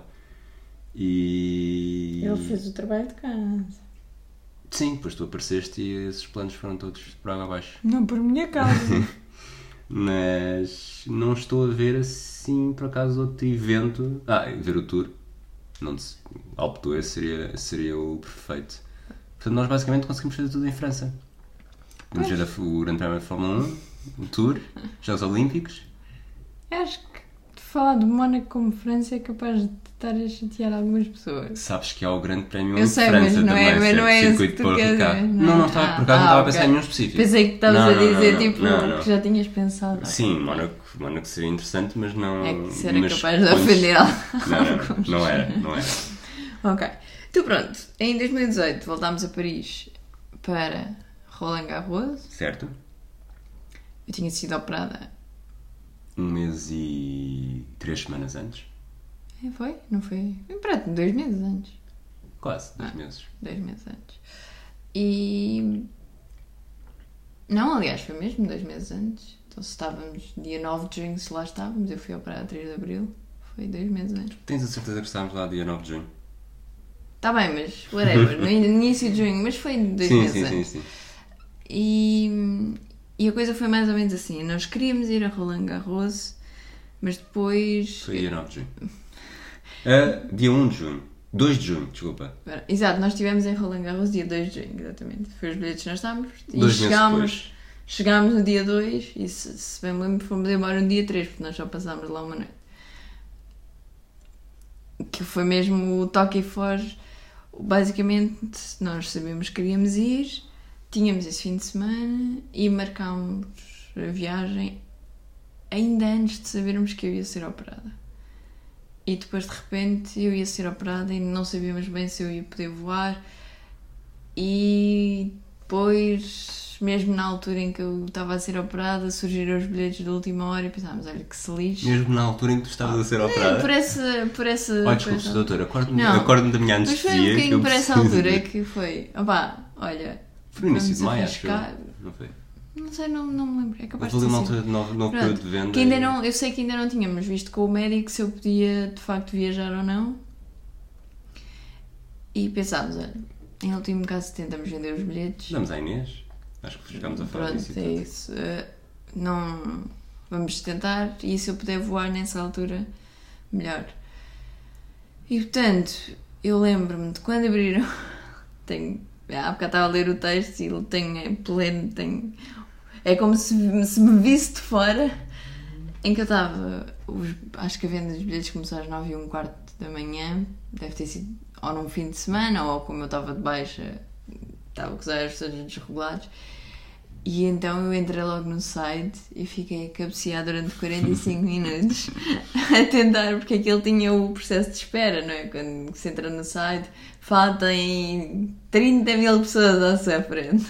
E... Ele fez o trabalho de casa. Sim, depois tu apareceste e esses planos foram todos por água abaixo. Não por minha causa. Mas não estou a ver assim, por acaso, outro evento. Ah, ver o Tour. Não se... Alpe d'Huez seria, seria o perfeito. Portanto, nós basicamente conseguimos fazer tudo em França. Vamos ver o Grande Prémio de Fórmula um, o Tour, Jogos Olímpicos. Eu acho que falar de Mónaco como França é capaz de estar a chatear algumas pessoas. Sabes que há o Grande Prémio Eu de sei, França mas não também, é, mas não é esse circuito que de tu Paul queres Ricard. dizer, Não, não estava, por acaso não estava a pensar em nenhum específico. Pensei que estavas Não, a não, dizer não, tipo não, não. que já tinhas pensado. Sim, Mónaco, Mónaco seria interessante, mas não... É que se era mas capaz de pontos- ofender Não, não, não era, não era. Ok. Então pronto, em dois mil e dezoito voltámos a Paris para Roland Garros. Certo? Eu tinha sido operada. Um mês e três semanas antes. É, foi? Não foi? Pronto, dois meses antes. Quase, dois Ah. meses. Dois meses antes. E... Não, aliás, foi mesmo dois meses antes. Então se estávamos dia nove de junho, se lá estávamos, eu fui operada a três de abril. Foi dois meses antes. Tens a certeza que estávamos lá dia nove de junho? Está bem, mas whatever. No início de junho, mas foi dois sim, meses sim, antes. sim, sim. E, e a coisa foi mais ou menos assim. Nós queríamos ir a Roland Garros, mas depois... Foi dia nove de junho. Ah, dia um de junho. dois de junho, desculpa. Espera, exato, nós estivemos em Roland Garros dia dois de junho, exatamente. Foi os bilhetes que nós estávamos. E Dois meses chegámos, depois. chegámos no dia dois e, se, se bem me lembro, fomos embora no dia três, porque nós só passámos lá uma noite. Que foi mesmo o toque e foge. Basicamente, nós sabíamos que queríamos ir, tínhamos esse fim de semana e marcámos a viagem ainda antes de sabermos que eu ia ser operada. E depois, de repente, eu ia ser operada e não sabíamos bem se eu ia poder voar. E depois, mesmo na altura em que eu estava a ser operada, surgiram os bilhetes da última hora e pensámos, olha que se lixe. Mesmo na altura em que tu estavas a ser É, operada? por essa... Por essa Olha, por desculpe, essa- doutor, acorde-me Não. acorde da minha Mas anestesia. foi um que eu bocadinho por essa preciso altura de- que foi. Opá, olha. Foi no início vamos de maio, acho eu. arriscar. Não foi? Não sei, não, não me lembro. É capaz Houve de ali ter uma sido. altura de novo, novo Pronto, período de venda. Que ainda e- não, eu sei que ainda não tínhamos visto com o médico se eu podia de facto viajar ou não. E pensámos, olha, em último caso tentamos vender os bilhetes. Damos à Inês. Acho que ficámos a falar disso Pronto, e é tudo. isso. Uh, não. Vamos tentar e se eu puder voar nessa altura, melhor. E portanto, eu lembro-me de quando abriram. Tenho. Há bocado estava a ler o texto e ele tenho em pleno. Tenho, é como se, se me visse de fora em que eu estava. Os, acho que a venda dos bilhetes começou às nove e um quarto da manhã. Deve ter sido ou num fim de semana ou como eu estava de baixa, estava com os horários todos desregulados. E então eu entrei logo no site e fiquei a cabecear durante quarenta e cinco minutos a tentar, porque aquilo tinha o processo de espera, não é? Quando se entra no site, faltam trinta mil pessoas à sua frente.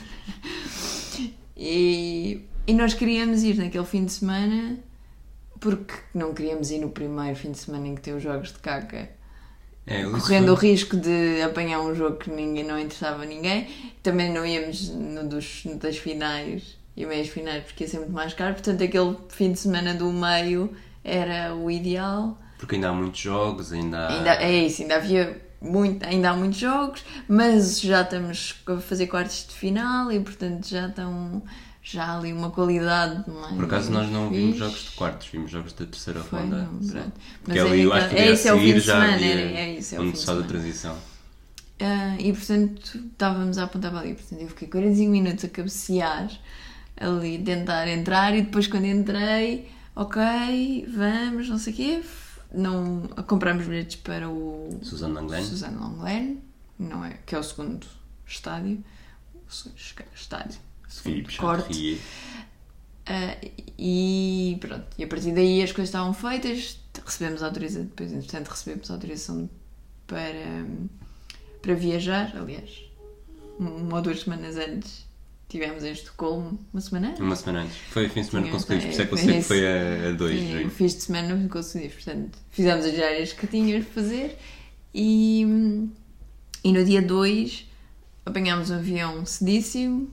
E, e nós queríamos ir naquele fim de semana porque não queríamos ir no primeiro fim de semana em que tem os jogos de caca. É, isso Correndo o foi- risco de apanhar um jogo que ninguém não interessava a ninguém. Também não íamos no dos, no das finais e meias finais porque ia ser muito mais caro. Portanto, aquele fim de semana do meio era o ideal. Porque ainda há muitos jogos, ainda há... Ainda, é isso, ainda havia muito, ainda há muitos jogos, mas já estamos a fazer quartos de final e portanto já estão já há ali uma qualidade mais. Por acaso nós não fixe. vimos jogos de quartos, vimos jogos da terceira Foi, ronda. não, só. pronto. Porque Mas ali é eu acho aquele- que é ali a esse é o fim seguir de já semana, havia é- é isso, é o onde fim de só da semana. transição. Ah, e portanto estávamos a apontar para ali. Portanto, eu fiquei quarenta e cinco minutos a cabecear ali, tentar entrar. E depois, quando entrei, ok, vamos, não sei o quê. Não, compramos bilhetes para o Suzanne Lenglen. Suzanne Lenglen, não é? Que é o segundo estádio. O segundo estádio. Philippe Corte. Chatrier. Ah, e pronto, e a partir daí as coisas estavam feitas, recebemos autorização, depois entretanto recebemos autorização para, para viajar, aliás, uma ou duas semanas antes tivemos em Estocolmo, uma semana antes. Uma semana antes. Foi fim de semana que Tinha- conseguimos, por isso é que foi eu sei que esse. foi a, a dois de E junho. fiz de semana não conseguimos, portanto fizemos as diárias que tínhamos de fazer e, e no dia dois apanhámos um avião cedíssimo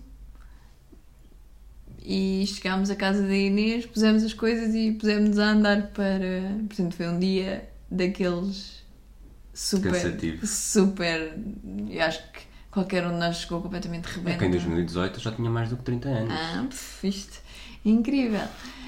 e chegámos à casa da Inês, pusemos as coisas e pusemos-nos a andar para... Portanto, foi um dia daqueles super... Cansativo. Super... Eu acho que qualquer um de nós chegou completamente É rebento. que em dois mil e dezoito eu já tinha mais do que trinta anos. Ah, pff, isto. incrível.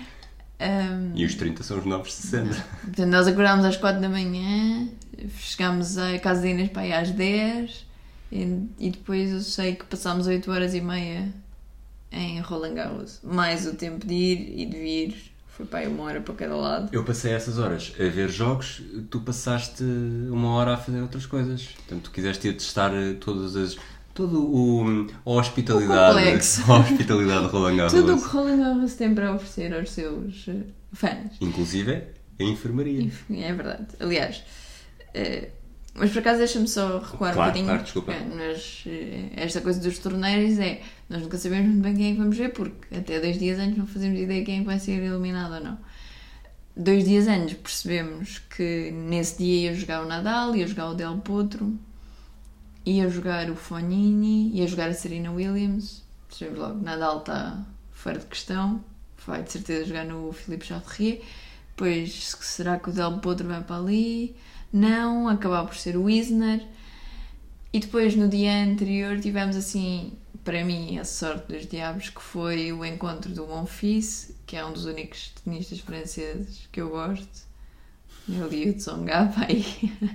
Um, E os trinta são os novos sessenta. Portanto, nós acordámos às quatro da manhã, chegámos à casa de Inês para aí às dez e, e depois eu sei que passámos oito horas e meia em Roland Garros. Mais o tempo de ir e de vir, foi para aí uma hora para cada lado. Eu passei essas horas a ver jogos, tu passaste uma hora a fazer outras coisas. Portanto, tu quiseste ir testar todas as... Todo o... a hospitalidade... O complexo. A hospitalidade de Roland Garros. Tudo o que Roland Garros tem para oferecer aos seus uh, fãs. Inclusive a enfermaria. É verdade. Aliás, uh, mas por acaso deixa-me só recuar Claro, um bocadinho. claro, desculpa. Uh, nós, uh, esta coisa dos torneios é... Nós nunca sabemos muito bem quem é que vamos ver, porque até dois dias antes não fazemos ideia quem é que vai ser eliminado ou não. Dois dias antes percebemos que nesse dia ia jogar o Nadal, ia jogar o Del Potro, ia jogar o Fognini, ia jogar a Serena Williams. Percebemos logo, Nadal está fora de questão, vai de certeza jogar no Philippe Chatrier. Depois, será que o Del Potro vai para ali? Não, acabava por ser o Isner. E depois, no dia anterior, tivemos assim, para mim, a sorte dos diabos, que foi o encontro do Monfils, que é um dos únicos tenistas franceses que eu gosto. Ele e o Tsonga, pai.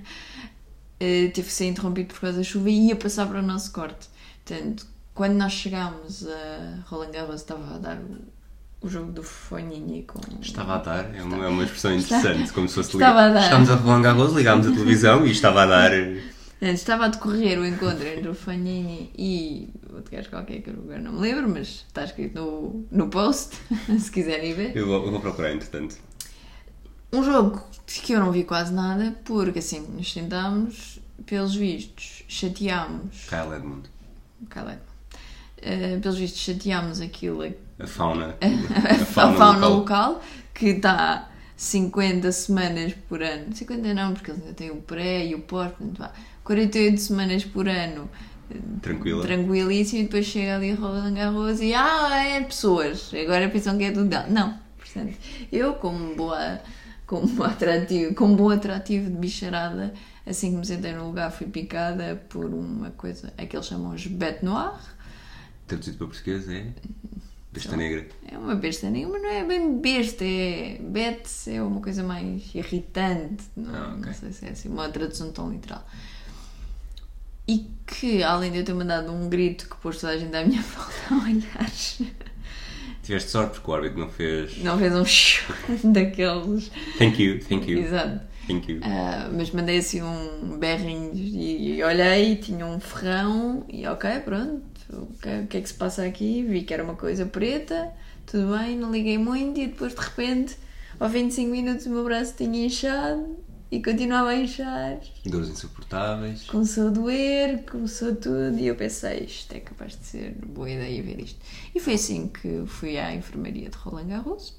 Uh, teve que ser interrompido por causa da chuva e ia passar para o nosso corte. Portanto, quando nós chegámos a Roland Garros, estava a dar o, o jogo do Fognini com... Estava a dar, é uma, Estava. é uma expressão interessante, Está... como se fosse Estava ligar. a dar. Estamos a Roland Garros, ligámos a televisão e estava a dar... Portanto, estava a decorrer o encontro entre o Fognini e outro gajo qualquer que eu agora não me lembro, mas está escrito no, no post, se quiserem ver. Eu vou, eu vou procurar, entretanto. Um jogo que eu não vi quase nada, porque assim, nos sentámos, pelos vistos, chateámos... Kyle Edmund. Kyle Edmund. Uh, pelos vistos, chateámos aquilo... A fauna. A, a fauna, fauna local. local, que está cinquenta semanas por ano. cinquenta não, porque eles ainda têm o pré e o pós, portanto vá. quarenta e oito semanas por ano. Tranquila. Tranquilíssimo, e depois chega ali a Roland Garros e ah, é pessoas. Agora pensam que é tudo dela. Não, portanto, eu como boa... como atrativo, com bom atrativo de bicharada, assim que me sentei no lugar fui picada por uma coisa, é que eles chamam os bête noire. Traduzido para português é besta negra. É uma besta negra, mas não é bem besta, é bête, é uma coisa mais irritante, não, Ah, okay. Não sei se é assim, uma tradução tão literal. E que, além de eu ter mandado um grito que pôs toda a gente à minha volta a olhar... Tiveste sorte porque o árbitro não fez... Não fez um chute daqueles... Thank you, thank you. Exato. Thank you. Uh, mas mandei assim um berrinho e olhei, tinha um ferrão e ok, pronto, o que, o que é que se passa aqui? Vi que era uma coisa preta, tudo bem, não liguei muito e depois de repente, ao vinte e cinco minutos o meu braço tinha inchado e continuava a inchar. Dores insuportáveis. Começou a doer, começou tudo e eu pensei, isto é capaz de ser boa ideia ver isto. E foi assim que fui à enfermaria de Roland Garros.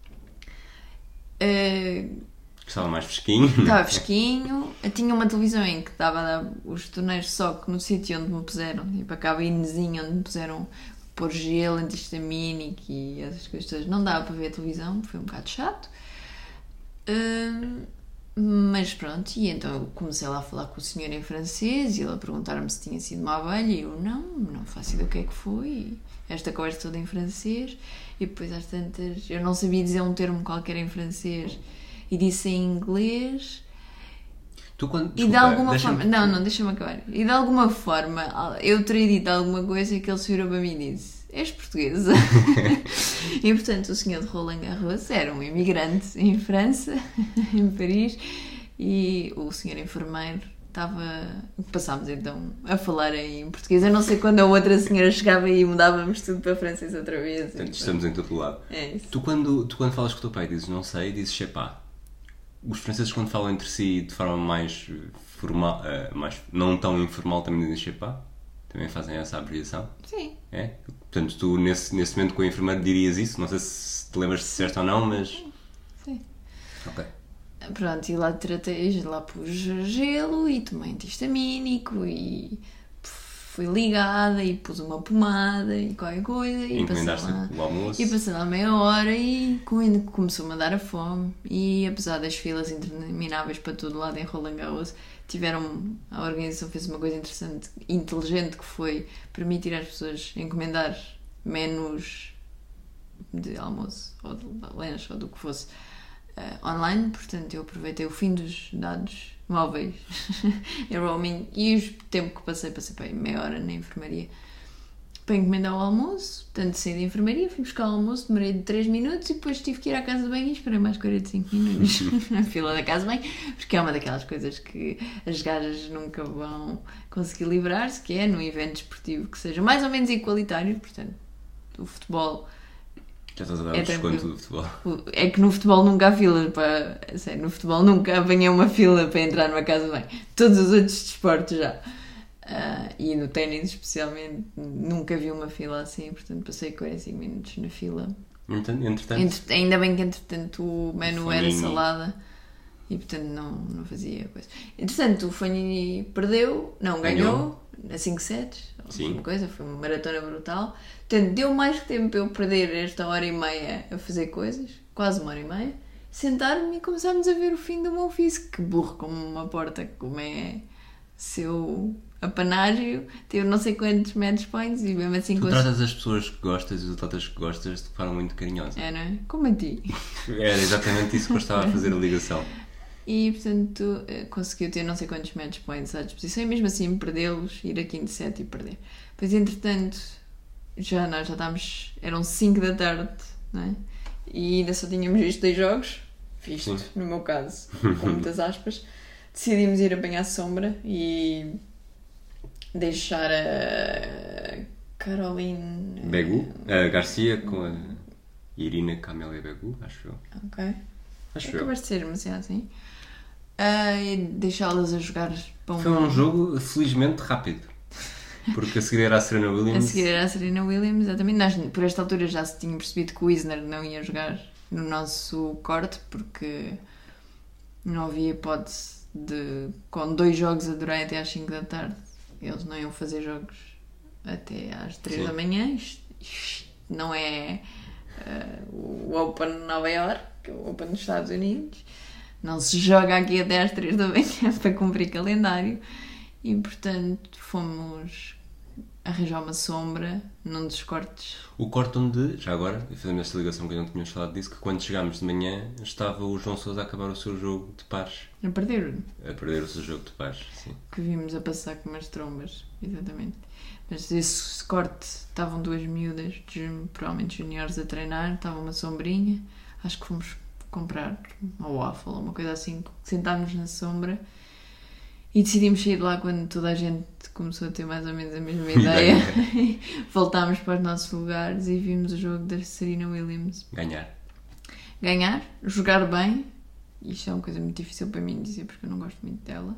Uh, Estava mais fresquinho. Estava fresquinho. Eu tinha uma televisão em que dava a dar os torneios, só que no sítio onde me puseram, tipo a cabinezinha onde me puseram pôr gelo antihistamínico e essas coisas todas, não dava para ver a televisão, foi um bocado chato. Uh, Mas pronto, e então eu comecei lá a falar com o senhor em francês e ele a perguntar-me se tinha sido uma abelha e eu não, não faço ideia do que é que foi. Esta conversa toda em francês e depois às tantas eu não sabia dizer um termo qualquer em francês e disse em inglês. Tu quando, e desculpa, de alguma deixa-me... forma, não, não, deixa-me acabar. E de alguma forma eu teria dito alguma coisa que ele se virou para mim e disse: és portuguesa? E portanto o senhor de Roland Garros era um imigrante em França, em Paris, e o senhor enfermeiro estava... Passámos então a falar em português. Eu não sei quando a outra senhora chegava e mudávamos tudo para francês outra vez. Portanto, estamos em todo lado. É isso. Tu quando, tu quando falas com o teu pai dizes não sei, dizes chepá. Os franceses quando falam entre si de forma mais formal, uh, mais, não tão informal, também dizem chepá? Também fazem essa abreviação? Sim. É? Portanto, tu nesse, nesse momento com o enfermeiro dirias isso? Não sei se te lembras se disseste ou não, mas... Sim. Ok. Pronto, e lá tratei, lá pus gelo e tomei antihistamínico e fui ligada e pus uma pomada e qualquer coisa e encomendaste lá, o almoço. E passei lá meia hora e começou-me a dar a fome e apesar das filas intermináveis para todo lado em Roland Garros, tiveram, a organização fez uma coisa interessante, inteligente, que foi permitir às pessoas encomendar menus de almoço ou de lanche ou do que fosse uh, online, portanto eu aproveitei o fim dos dados móveis em roaming e o tempo que passei, passei para aí meia hora na enfermaria para encomendar o almoço, portanto saí da enfermaria, fui buscar o almoço, demorei de três minutos e depois tive que ir à casa de banho e esperei mais quarenta e cinco minutos na fila da casa de banho, porque é uma daquelas coisas que as gajas nunca vão conseguir livrar-se, que é num evento desportivo que seja mais ou menos igualitário, portanto o futebol já estás a dar é o desconto tranquilo. do futebol. É que no futebol nunca há fila para... Sério, no futebol nunca apanhei uma fila para entrar numa casa de banho. Todos os outros desportos já. Uh, e no ténis especialmente nunca vi uma fila assim, portanto passei quarenta e cinco minutos na fila. Entretanto? Entre, ainda bem que entretanto o menu o era Fanini. salada e portanto não, não fazia coisa. Entretanto o Fanini perdeu, não, ganhou, ganhou a cinco sets, uma coisa, foi uma maratona brutal. Portanto deu mais tempo para eu perder esta hora e meia a fazer coisas, quase uma hora e meia, sentar-me e começámos a ver o fim do meu ofício, que burro como uma porta, como é seu apanágio, teve não sei quantos match points e mesmo assim... Tu cons... tratas as pessoas que gostas e os atletas que gostas de forma muito carinhosa. É, não é? Como a ti. Era exatamente isso que eu estava a fazer a ligação. E, portanto, conseguiu ter não sei quantos match points à disposição e mesmo assim perdê-los, ir a quinto set e perder. Pois, entretanto, já nós já estávamos... Eram cinco da tarde, não é? E ainda só tínhamos visto dois jogos. Visto, Sim. no meu caso, com muitas aspas. Decidimos ir apanhar sombra e... deixar a Caroline Begu, a Garcia com a Irina Camélia Begu, acho eu. Ok. Acho Acabaste eu. de ser, mas é assim. Uh, e deixá-las a jogar para um... Foi um jogo felizmente rápido. Porque a seguir era a Serena Williams. A seguir era a Serena Williams, exatamente. Nós, por esta altura já se tinha percebido que o Isner não ia jogar no nosso corte porque não havia hipótese de, com dois jogos a durar até às cinco da tarde, eles não iam fazer jogos até às três da manhã. Isto, isto não é uh, o Open de Nova York, que é o Open dos Estados Unidos. Não se joga aqui até às três da manhã para cumprir calendário. E, portanto, fomos arranjar uma sombra num dos cortes. O corte onde, já agora, fazendo esta ligação que não tínhamos falado disso, que quando chegámos de manhã estava o João Sousa a acabar o seu jogo de pares. A perder. A perder o seu jogo de pares, sim. Que vimos a passar com umas trombas, exatamente. Mas esse corte, estavam duas miúdas, provavelmente juniores, a treinar, estava uma sombrinha. Acho que fomos comprar uma waffle ou uma coisa assim, sentámos na sombra. E decidimos sair de lá quando toda a gente começou a ter mais ou menos a mesma ideia. Voltámos para os nossos lugares e vimos o jogo da Serena Williams. Ganhar. Ganhar, jogar bem. Isto é uma coisa muito difícil para mim dizer porque eu não gosto muito dela.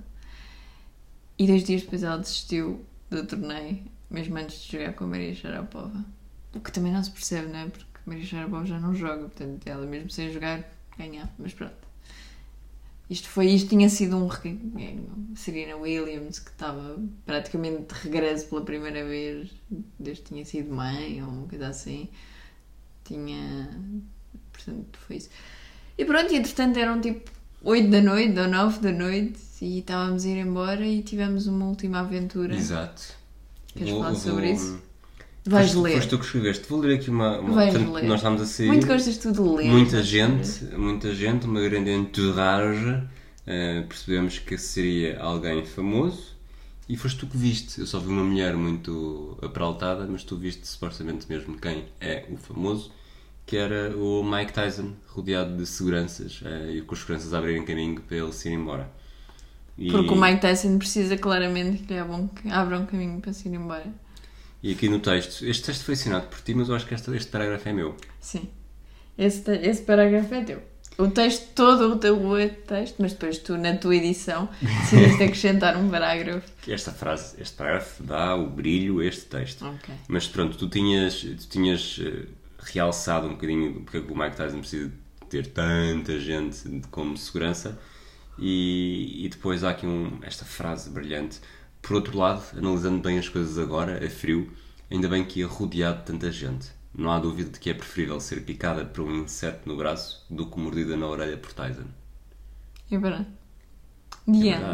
E dois dias depois ela desistiu do torneio, mesmo antes de jogar com a Maria Sharapova. O que também não se percebe, não é? Porque a Maria Sharapova já não joga, portanto ela mesmo sem jogar ganhava. Mas pronto. Isto foi, isto tinha sido um Serena Williams que estava praticamente de regresso pela primeira vez desde que tinha sido mãe ou uma coisa assim. Tinha, portanto foi isso. E pronto, e entretanto eram tipo oito da noite ou nove da noite e estávamos a ir embora e tivemos uma última aventura. Exato. Queres vou, falar vou, sobre vou... isso? Vais foste, ler. Foste tu que escreveste. Vou ler aqui uma... uma... Vais Portanto, ler. nós estávamos a sair. Muito gostas tu de ler. Muita gente, muita gente, uma grande entourage. Uh, percebemos que seria alguém famoso e foste tu que viste. Eu só vi uma mulher muito apraltada, mas tu viste supostamente mesmo quem é o famoso, que era o Mike Tyson, rodeado de seguranças uh, e com os seguranças a abrirem caminho para ele se ir embora. E... Porque o Mike Tyson precisa claramente que lhe abram, abram caminho para se ir embora. E aqui no texto, este texto foi assinado por ti, mas eu acho que este, este parágrafo é meu. Sim, esse, esse parágrafo é teu. O texto todo, o teu texto, mas depois tu, na tua edição, decidiste acrescentar um parágrafo. Esta frase, este parágrafo dá o brilho a este texto. Okay. Mas pronto, tu tinhas, tu tinhas uh, realçado um bocadinho porque o Mike Tyson precisa ter tanta gente como segurança e, e depois há aqui um, esta frase brilhante. Por outro lado, analisando bem as coisas agora, a frio, ainda bem que ia rodeado de tanta gente. Não há dúvida de que é preferível ser picada por um inseto no braço do que mordida na orelha por Tyson. É verdade. É The verdade. end.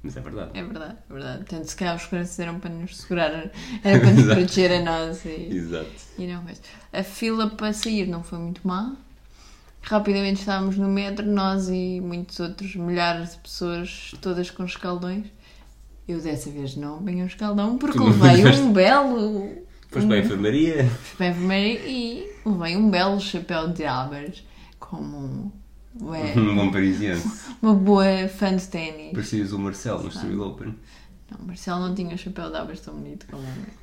Mas é verdade. É verdade, é verdade. Portanto, se calhar os seguranças eram para nos segurar, era para nos proteger a nós. E, Exato. e não mais. A fila para sair não foi muito má. Rapidamente estávamos no metro, nós e muitos outros milhares de pessoas, todas com escaldões. Eu dessa vez não apanhei um escaldão porque Tu não levei foste- um belo. Foste para a enfermaria. Fui para a enfermeira e levei um belo chapéu de abas, como ué, Um bom parisiense. uma boa fã de ténis. Parecias o Marcelo no Estoril Open. Não, o Marcelo não tinha o chapéu de abas tão bonito como o meu.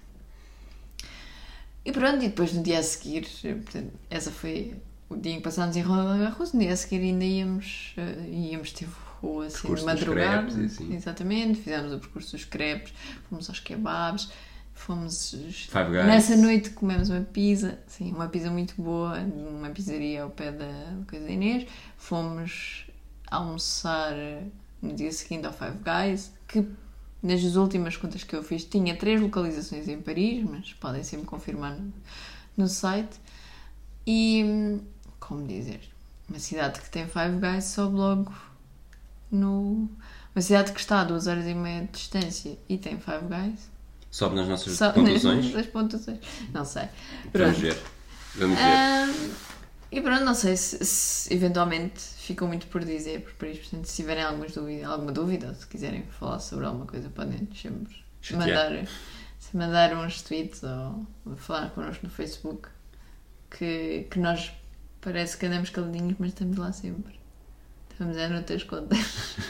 E pronto, e depois no dia a seguir, portanto, essa foi o dia em que passámos em Roland Garros, no dia a seguir ainda íamos, uh, íamos ter voo assim de Percurso dos madrugada. crepes e assim. Exatamente, fizemos o percurso dos crepes, fomos aos kebabs, fomos... Five Guys. Nessa noite comemos uma pizza, sim, uma pizza muito boa, numa pizzaria ao pé da coisa da Inês. Fomos almoçar no dia seguinte ao Five Guys, que nas últimas contas que eu fiz tinha três localizações em Paris, mas podem sempre confirmar no, no site. E, como dizer, uma cidade que tem Five Guys sobe logo no... Uma cidade que está a duas horas e meia de distância e tem Five Guys. Sobe nas nossas Só pontuações. nas pontuações. Não sei. Vamos Pronto. ver. Vamos ver. Ah, e pronto, não sei se, se eventualmente ficou muito por dizer por Paris. Portanto, se tiverem algumas dúvida, alguma dúvida ou se quiserem falar sobre alguma coisa, podem sempre Chatear. mandar, se mandar uns tweets ou, ou falar connosco no Facebook. Que, que nós parece que andamos caladinhos, mas estamos lá sempre. Estamos é noutras contas.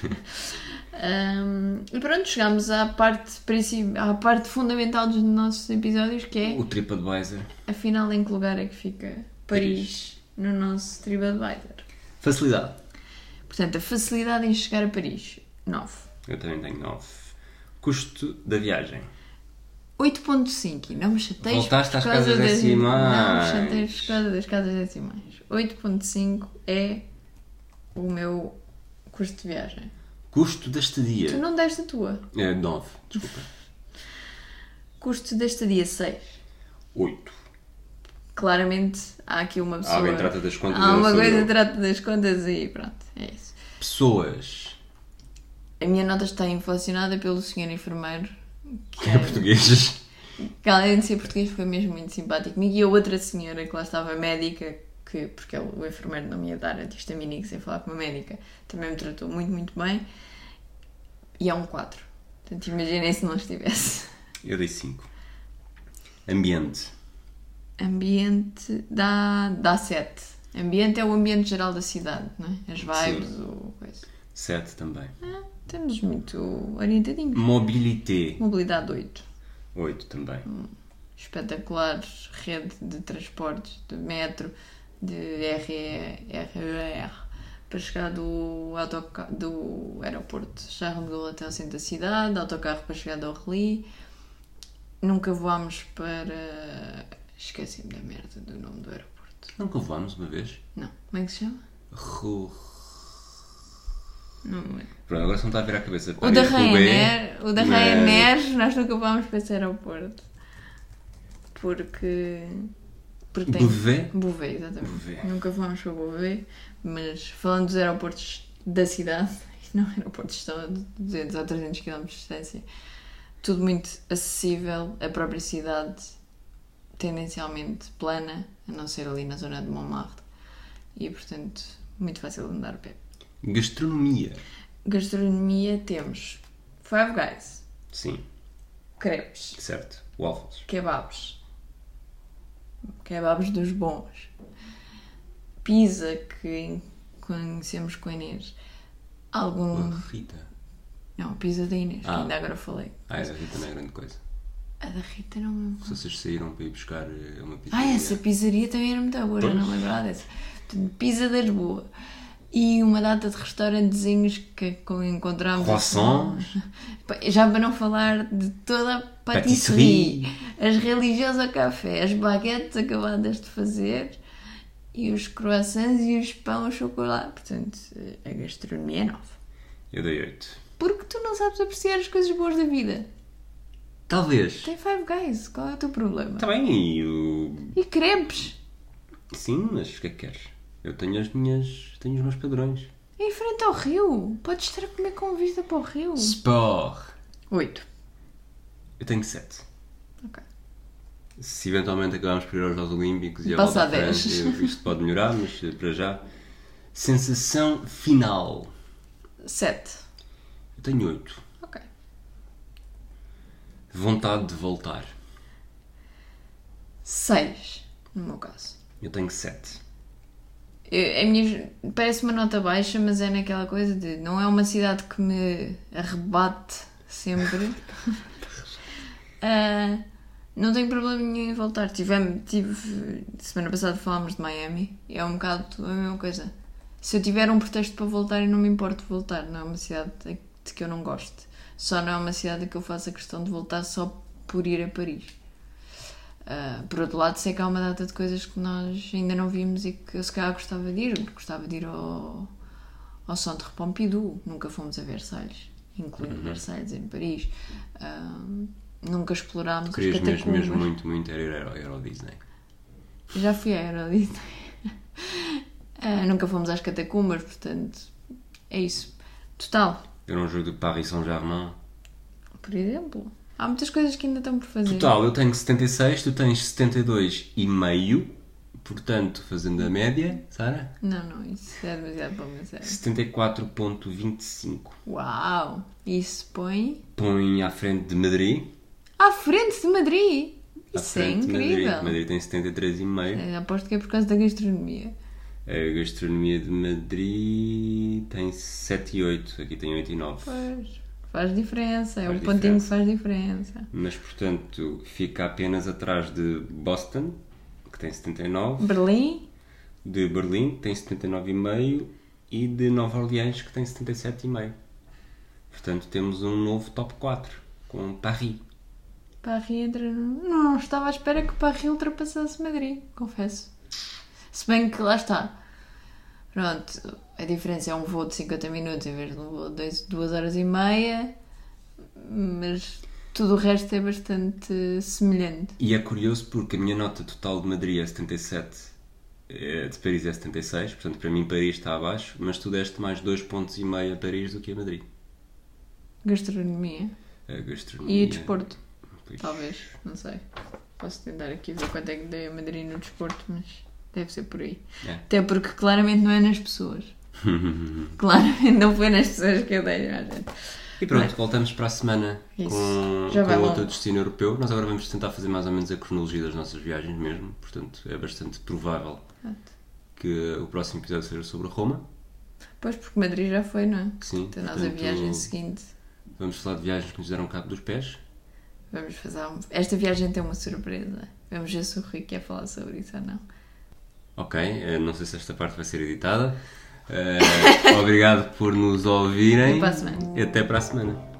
Um, e pronto, chegámos à parte, princip- à parte fundamental dos nossos episódios, que é, O TripAdvisor. afinal, em que lugar é que fica Paris no nosso TripAdvisor. Facilidade. Portanto, a facilidade em chegar a Paris, nove. Eu também tenho nove. Custo da viagem. oito ponto cinco. E não me chateies Voltaste por às causa casas das- decimais. Não me chateies por causa das casas decimais. oito ponto cinco é o meu custo de viagem. Custo da Tu estadia. não deste a tua. É, nove. Desculpa. Custo da estadia, seis. oito. Claramente há aqui uma pessoa. Alguém trata das contas. Há eu uma sou coisa eu. que trata das contas e pronto, é isso. Pessoas. A minha nota está inflacionada pelo senhor enfermeiro, Que é português. que além de ser português foi mesmo muito simpático comigo, e a outra senhora que lá estava, médica, que, porque ele- o enfermeiro não me ia dar antihistamínico sem falar com uma médica, também me tratou muito, muito bem, e é um quatro. Portanto, imaginem se não estivesse. Eu dei cinco. Ambiente. Ambiente dá, dá sete. Ambiente é o ambiente geral da cidade, não é? As vibes, Sim. o coisa. sete também. Ah, estamos muito orientadinhos. Mobilité. Mobilidade oito. oito também. Espetacular rede de transportes, de metro, de R E R para chegar do, autoca- do aeroporto Charles de Gaulle até ao centro da cidade, autocarro para chegar ao Orly. Nunca voámos para... Esqueci-me da merda do nome do aeroporto. Nunca voámos uma vez. Não. Como é que se chama? Ru- Não é. Pronto, agora só me está a virar a cabeça. O da Paris-Roubaix, Ryanair, o da mas- Ryanair, nós nunca vamos para esse aeroporto. Porque... porque tem... Beauvais? Beauvais, exatamente. Beauvais. Nunca fomos para Beauvais, mas falando dos aeroportos da cidade, não aeroportos que estão a duzentos ou trezentos quilómetros de distância, tudo muito acessível, a própria cidade tendencialmente plana, a não ser ali na zona de Montmartre, e portanto muito fácil de andar a pé. Gastronomia. Gastronomia temos Five Guys, Sim, crepes, certo. Waffles. kebabs, kebabs dos bons, pizza que conhecemos com a Inês, algum... Oh, Rita. Não, a pizza da Inês, que Ah. ainda agora falei. Ah, essa Rita não é grande coisa. A da Rita não... Se vocês saíram para ir buscar eh, uma pizza. Ah, essa pizzaria também era muito boa, já não lembrava dessa. Portanto, pizza da Lisboa. E uma data de restaurantezinhos que encontramos. Croissants. Já para não falar de toda a patisserie, as religiosas ao café, as baguetes acabadas de fazer e os croissants e os pão ao chocolate. Portanto, a gastronomia é nova. Eu dei oito. Porque tu não sabes apreciar as coisas boas da vida. Talvez. Tem Five Guys, qual é o teu problema? Está bem, e o... E crepes. Sim, mas o que é que queres? Eu tenho as minhas... Tenho os meus padrões. Em frente ao rio. Podes estar a comer com vista para o rio. Sport. Oito. Eu tenho sete. Ok. Se eventualmente acabarmos por ir aos Jogos Olímpicos e a Passa volta a à dez. frente, isto pode melhorar, mas para já. Sensação final. Sete. Eu tenho oito. Ok. Vontade de voltar. Seis. No meu caso. Eu tenho sete. Eu- a minha, parece uma nota baixa, mas é naquela coisa de não é uma cidade que me arrebate sempre. Ah, não tenho problema nenhum em voltar. Tive, tive semana passada falámos de Miami e é um bocado a mesma coisa. Se eu tiver um pretexto para voltar, eu não me importo de voltar. Não é uma cidade de de que eu não gosto. Só não é uma cidade que eu faça questão de voltar só por ir a Paris. Uh, por outro lado, sei que há uma data de coisas que nós ainda não vimos e que eu se calhar gostava de ir. Gostava de ir ao, ao Centre Pompidou. Nunca fomos a Versalhes, incluindo Uhum. Versalhes em Paris. Uh, nunca explorámos Querias as mesmo, catacumbas. mesmo muito, muito era ir ao Euro Disney. Já fui à Euro Disney. Uh, nunca fomos às catacumbas, portanto, é isso. Total, Era um jogo do Paris Saint-Germain. por exemplo, há muitas coisas que ainda estão por fazer. Total, eu tenho setenta e seis, tu tens setenta e dois e meio. Portanto, fazendo a média, Sara? Não, não, isso é demasiado para o meu cérebro. setenta e quatro vírgula vinte e cinco. Uau! Isso põe Põe à frente de Madrid. à frente de Madrid! À Isso é frente de Madrid. incrível! Madrid tem setenta e três vírgula cinco. É, aposto que é por causa da gastronomia. A gastronomia de Madrid tem sete e oito. Aqui tem oito e nove. Pois, faz diferença, é Faz um pontinho que diferença. faz diferença. Mas, portanto, fica apenas atrás de Boston, que tem setenta e nove. Berlim, De Berlim, que tem setenta e nove vírgula cinco. E de Nova Orleans, que tem setenta e sete vírgula cinco. Portanto, temos um novo top quatro, com Paris. Paris entra no... Não estava à espera que Paris ultrapassasse Madrid, confesso. Se bem que lá está. Pronto, a diferença é um voo de cinquenta minutos em vez de um voo de duas horas e meia, mas tudo o resto é bastante semelhante. E é curioso porque a minha nota total de Madrid é setenta e sete, eh, de Paris é setenta e seis, portanto para mim Paris está abaixo, mas tu deste mais dois pontos e meio a Paris do que a Madrid. Gastronomia A gastronomia... e desporto, Pois. talvez, não sei. Posso tentar aqui ver quanto é que dei a Madrid no desporto, mas deve ser por aí. É. Até porque claramente não é nas pessoas. Claramente não foi nas pessoas que eu dei à gente. E pronto, Bem. voltamos para a semana Isso. com, Já vai com longo. outro destino europeu. Nós agora vamos tentar fazer mais ou menos a cronologia das nossas viagens mesmo, portanto é bastante provável Pronto. que o próximo episódio seja sobre Roma. Pois, porque Madrid já foi, não é? Sim, Então nós a portanto, viagem seguinte Vamos falar de viagens que nos deram cabo dos pés. vamos fazer. um- Esta viagem tem uma surpresa. Vamos ver se o Rui quer falar sobre isso ou não. Ok, eh, não sei se esta parte vai ser editada. Eh, obrigado por nos ouvirem. Até para a semana. E até para a semana.